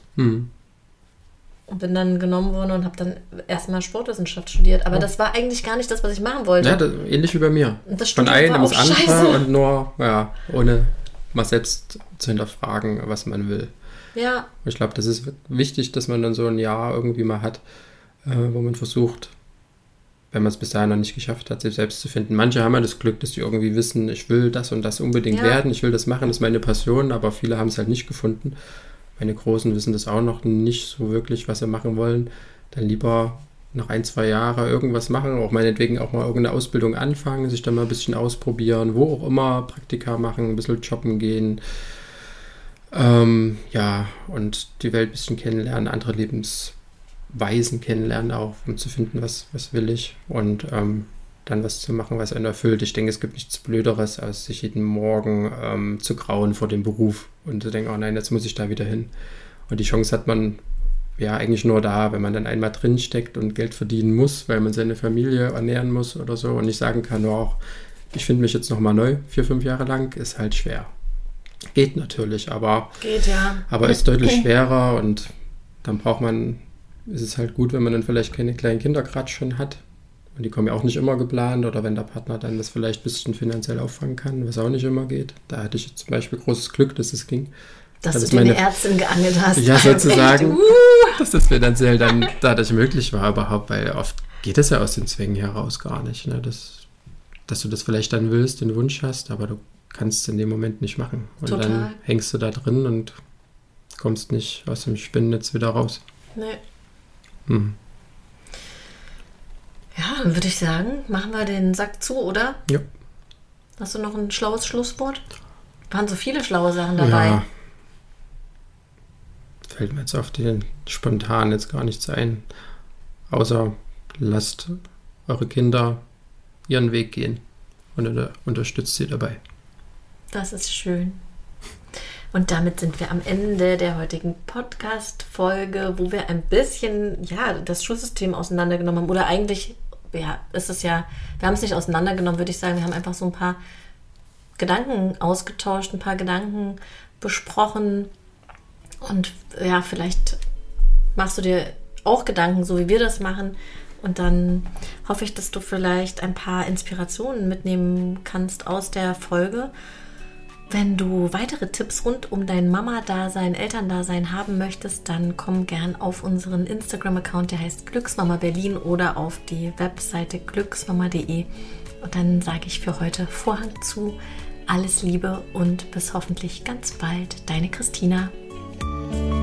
Und bin dann genommen worden und habe dann erstmal Sportwissenschaft studiert. Aber das war eigentlich gar nicht das, was ich machen wollte. Ja, ähnlich wie bei mir. Das von einem ins andere und nur, ja, ohne mal selbst zu hinterfragen, was man will. Ja. Und ich glaube, das ist wichtig, dass man dann so ein Jahr irgendwie mal hat, wo man versucht, wenn man es bis dahin noch nicht geschafft hat, sich selbst zu finden. Manche haben ja das Glück, dass die irgendwie wissen, ich will das und das unbedingt werden, ich will das machen, das ist meine Passion, aber viele haben es halt nicht gefunden. Meine Großen wissen das auch noch nicht so wirklich, was sie machen wollen. Dann lieber noch 1, 2 Jahre irgendwas machen, auch meinetwegen auch mal irgendeine Ausbildung anfangen, sich dann mal ein bisschen ausprobieren, wo auch immer, Praktika machen, ein bisschen shoppen gehen, Ja, und die Welt ein bisschen kennenlernen, andere Lebensweisen kennenlernen auch, um zu finden, was will ich und dann was zu machen, was einen erfüllt. Ich denke, es gibt nichts Blöderes, als sich jeden Morgen zu grauen vor dem Beruf und zu denken, oh nein, jetzt muss ich da wieder hin. Und die Chance hat man ja eigentlich nur da, wenn man dann einmal drinsteckt und Geld verdienen muss, weil man seine Familie ernähren muss oder so und nicht sagen kann, nur auch, ich finde mich jetzt nochmal neu, 4-5 Jahre lang, ist halt schwer. Geht natürlich, aber ist deutlich schwerer und dann ist es halt gut, wenn man dann vielleicht keine kleinen Kinder gerade schon hat. Und die kommen ja auch nicht immer geplant oder wenn der Partner dann das vielleicht ein bisschen finanziell auffangen kann, was auch nicht immer geht. Da hatte ich jetzt zum Beispiel großes Glück, dass es ging. Dass du dir eine Ärztin geangelt hast. Ja, sozusagen, dass das finanziell dann dadurch möglich war überhaupt, weil oft geht es ja aus den Zwängen heraus gar nicht, ne? Dass du das vielleicht dann willst, den Wunsch hast, aber du kannst es in dem Moment nicht machen. Und Total. Dann hängst du da drin und kommst nicht aus dem Spinnennetz wieder raus. Nee. Ja, dann würde ich sagen, machen wir den Sack zu, oder? Ja. Hast du noch ein schlaues Schlusswort? Waren so viele schlaue Sachen dabei. Ja. Fällt mir jetzt auf den spontan jetzt gar nichts ein. Außer lasst eure Kinder ihren Weg gehen und unterstützt sie dabei. Das ist schön. Und damit sind wir am Ende der heutigen Podcast-Folge, wo wir ein bisschen, das Schulsystem auseinandergenommen haben. Oder eigentlich, ist es ja, wir haben es nicht auseinandergenommen, würde ich sagen. Wir haben einfach so ein paar Gedanken ausgetauscht, ein paar Gedanken besprochen. Und ja, vielleicht machst du dir auch Gedanken, so wie wir das machen. Und dann hoffe ich, dass du vielleicht ein paar Inspirationen mitnehmen kannst aus der Folge. Wenn du weitere Tipps rund um dein Mama-Dasein, Elterndasein haben möchtest, dann komm gern auf unseren Instagram-Account, der heißt Glücksmama Berlin, oder auf die Webseite glücksmama.de. Und dann sage ich für heute Vorhang zu, alles Liebe und bis hoffentlich ganz bald, deine Christina.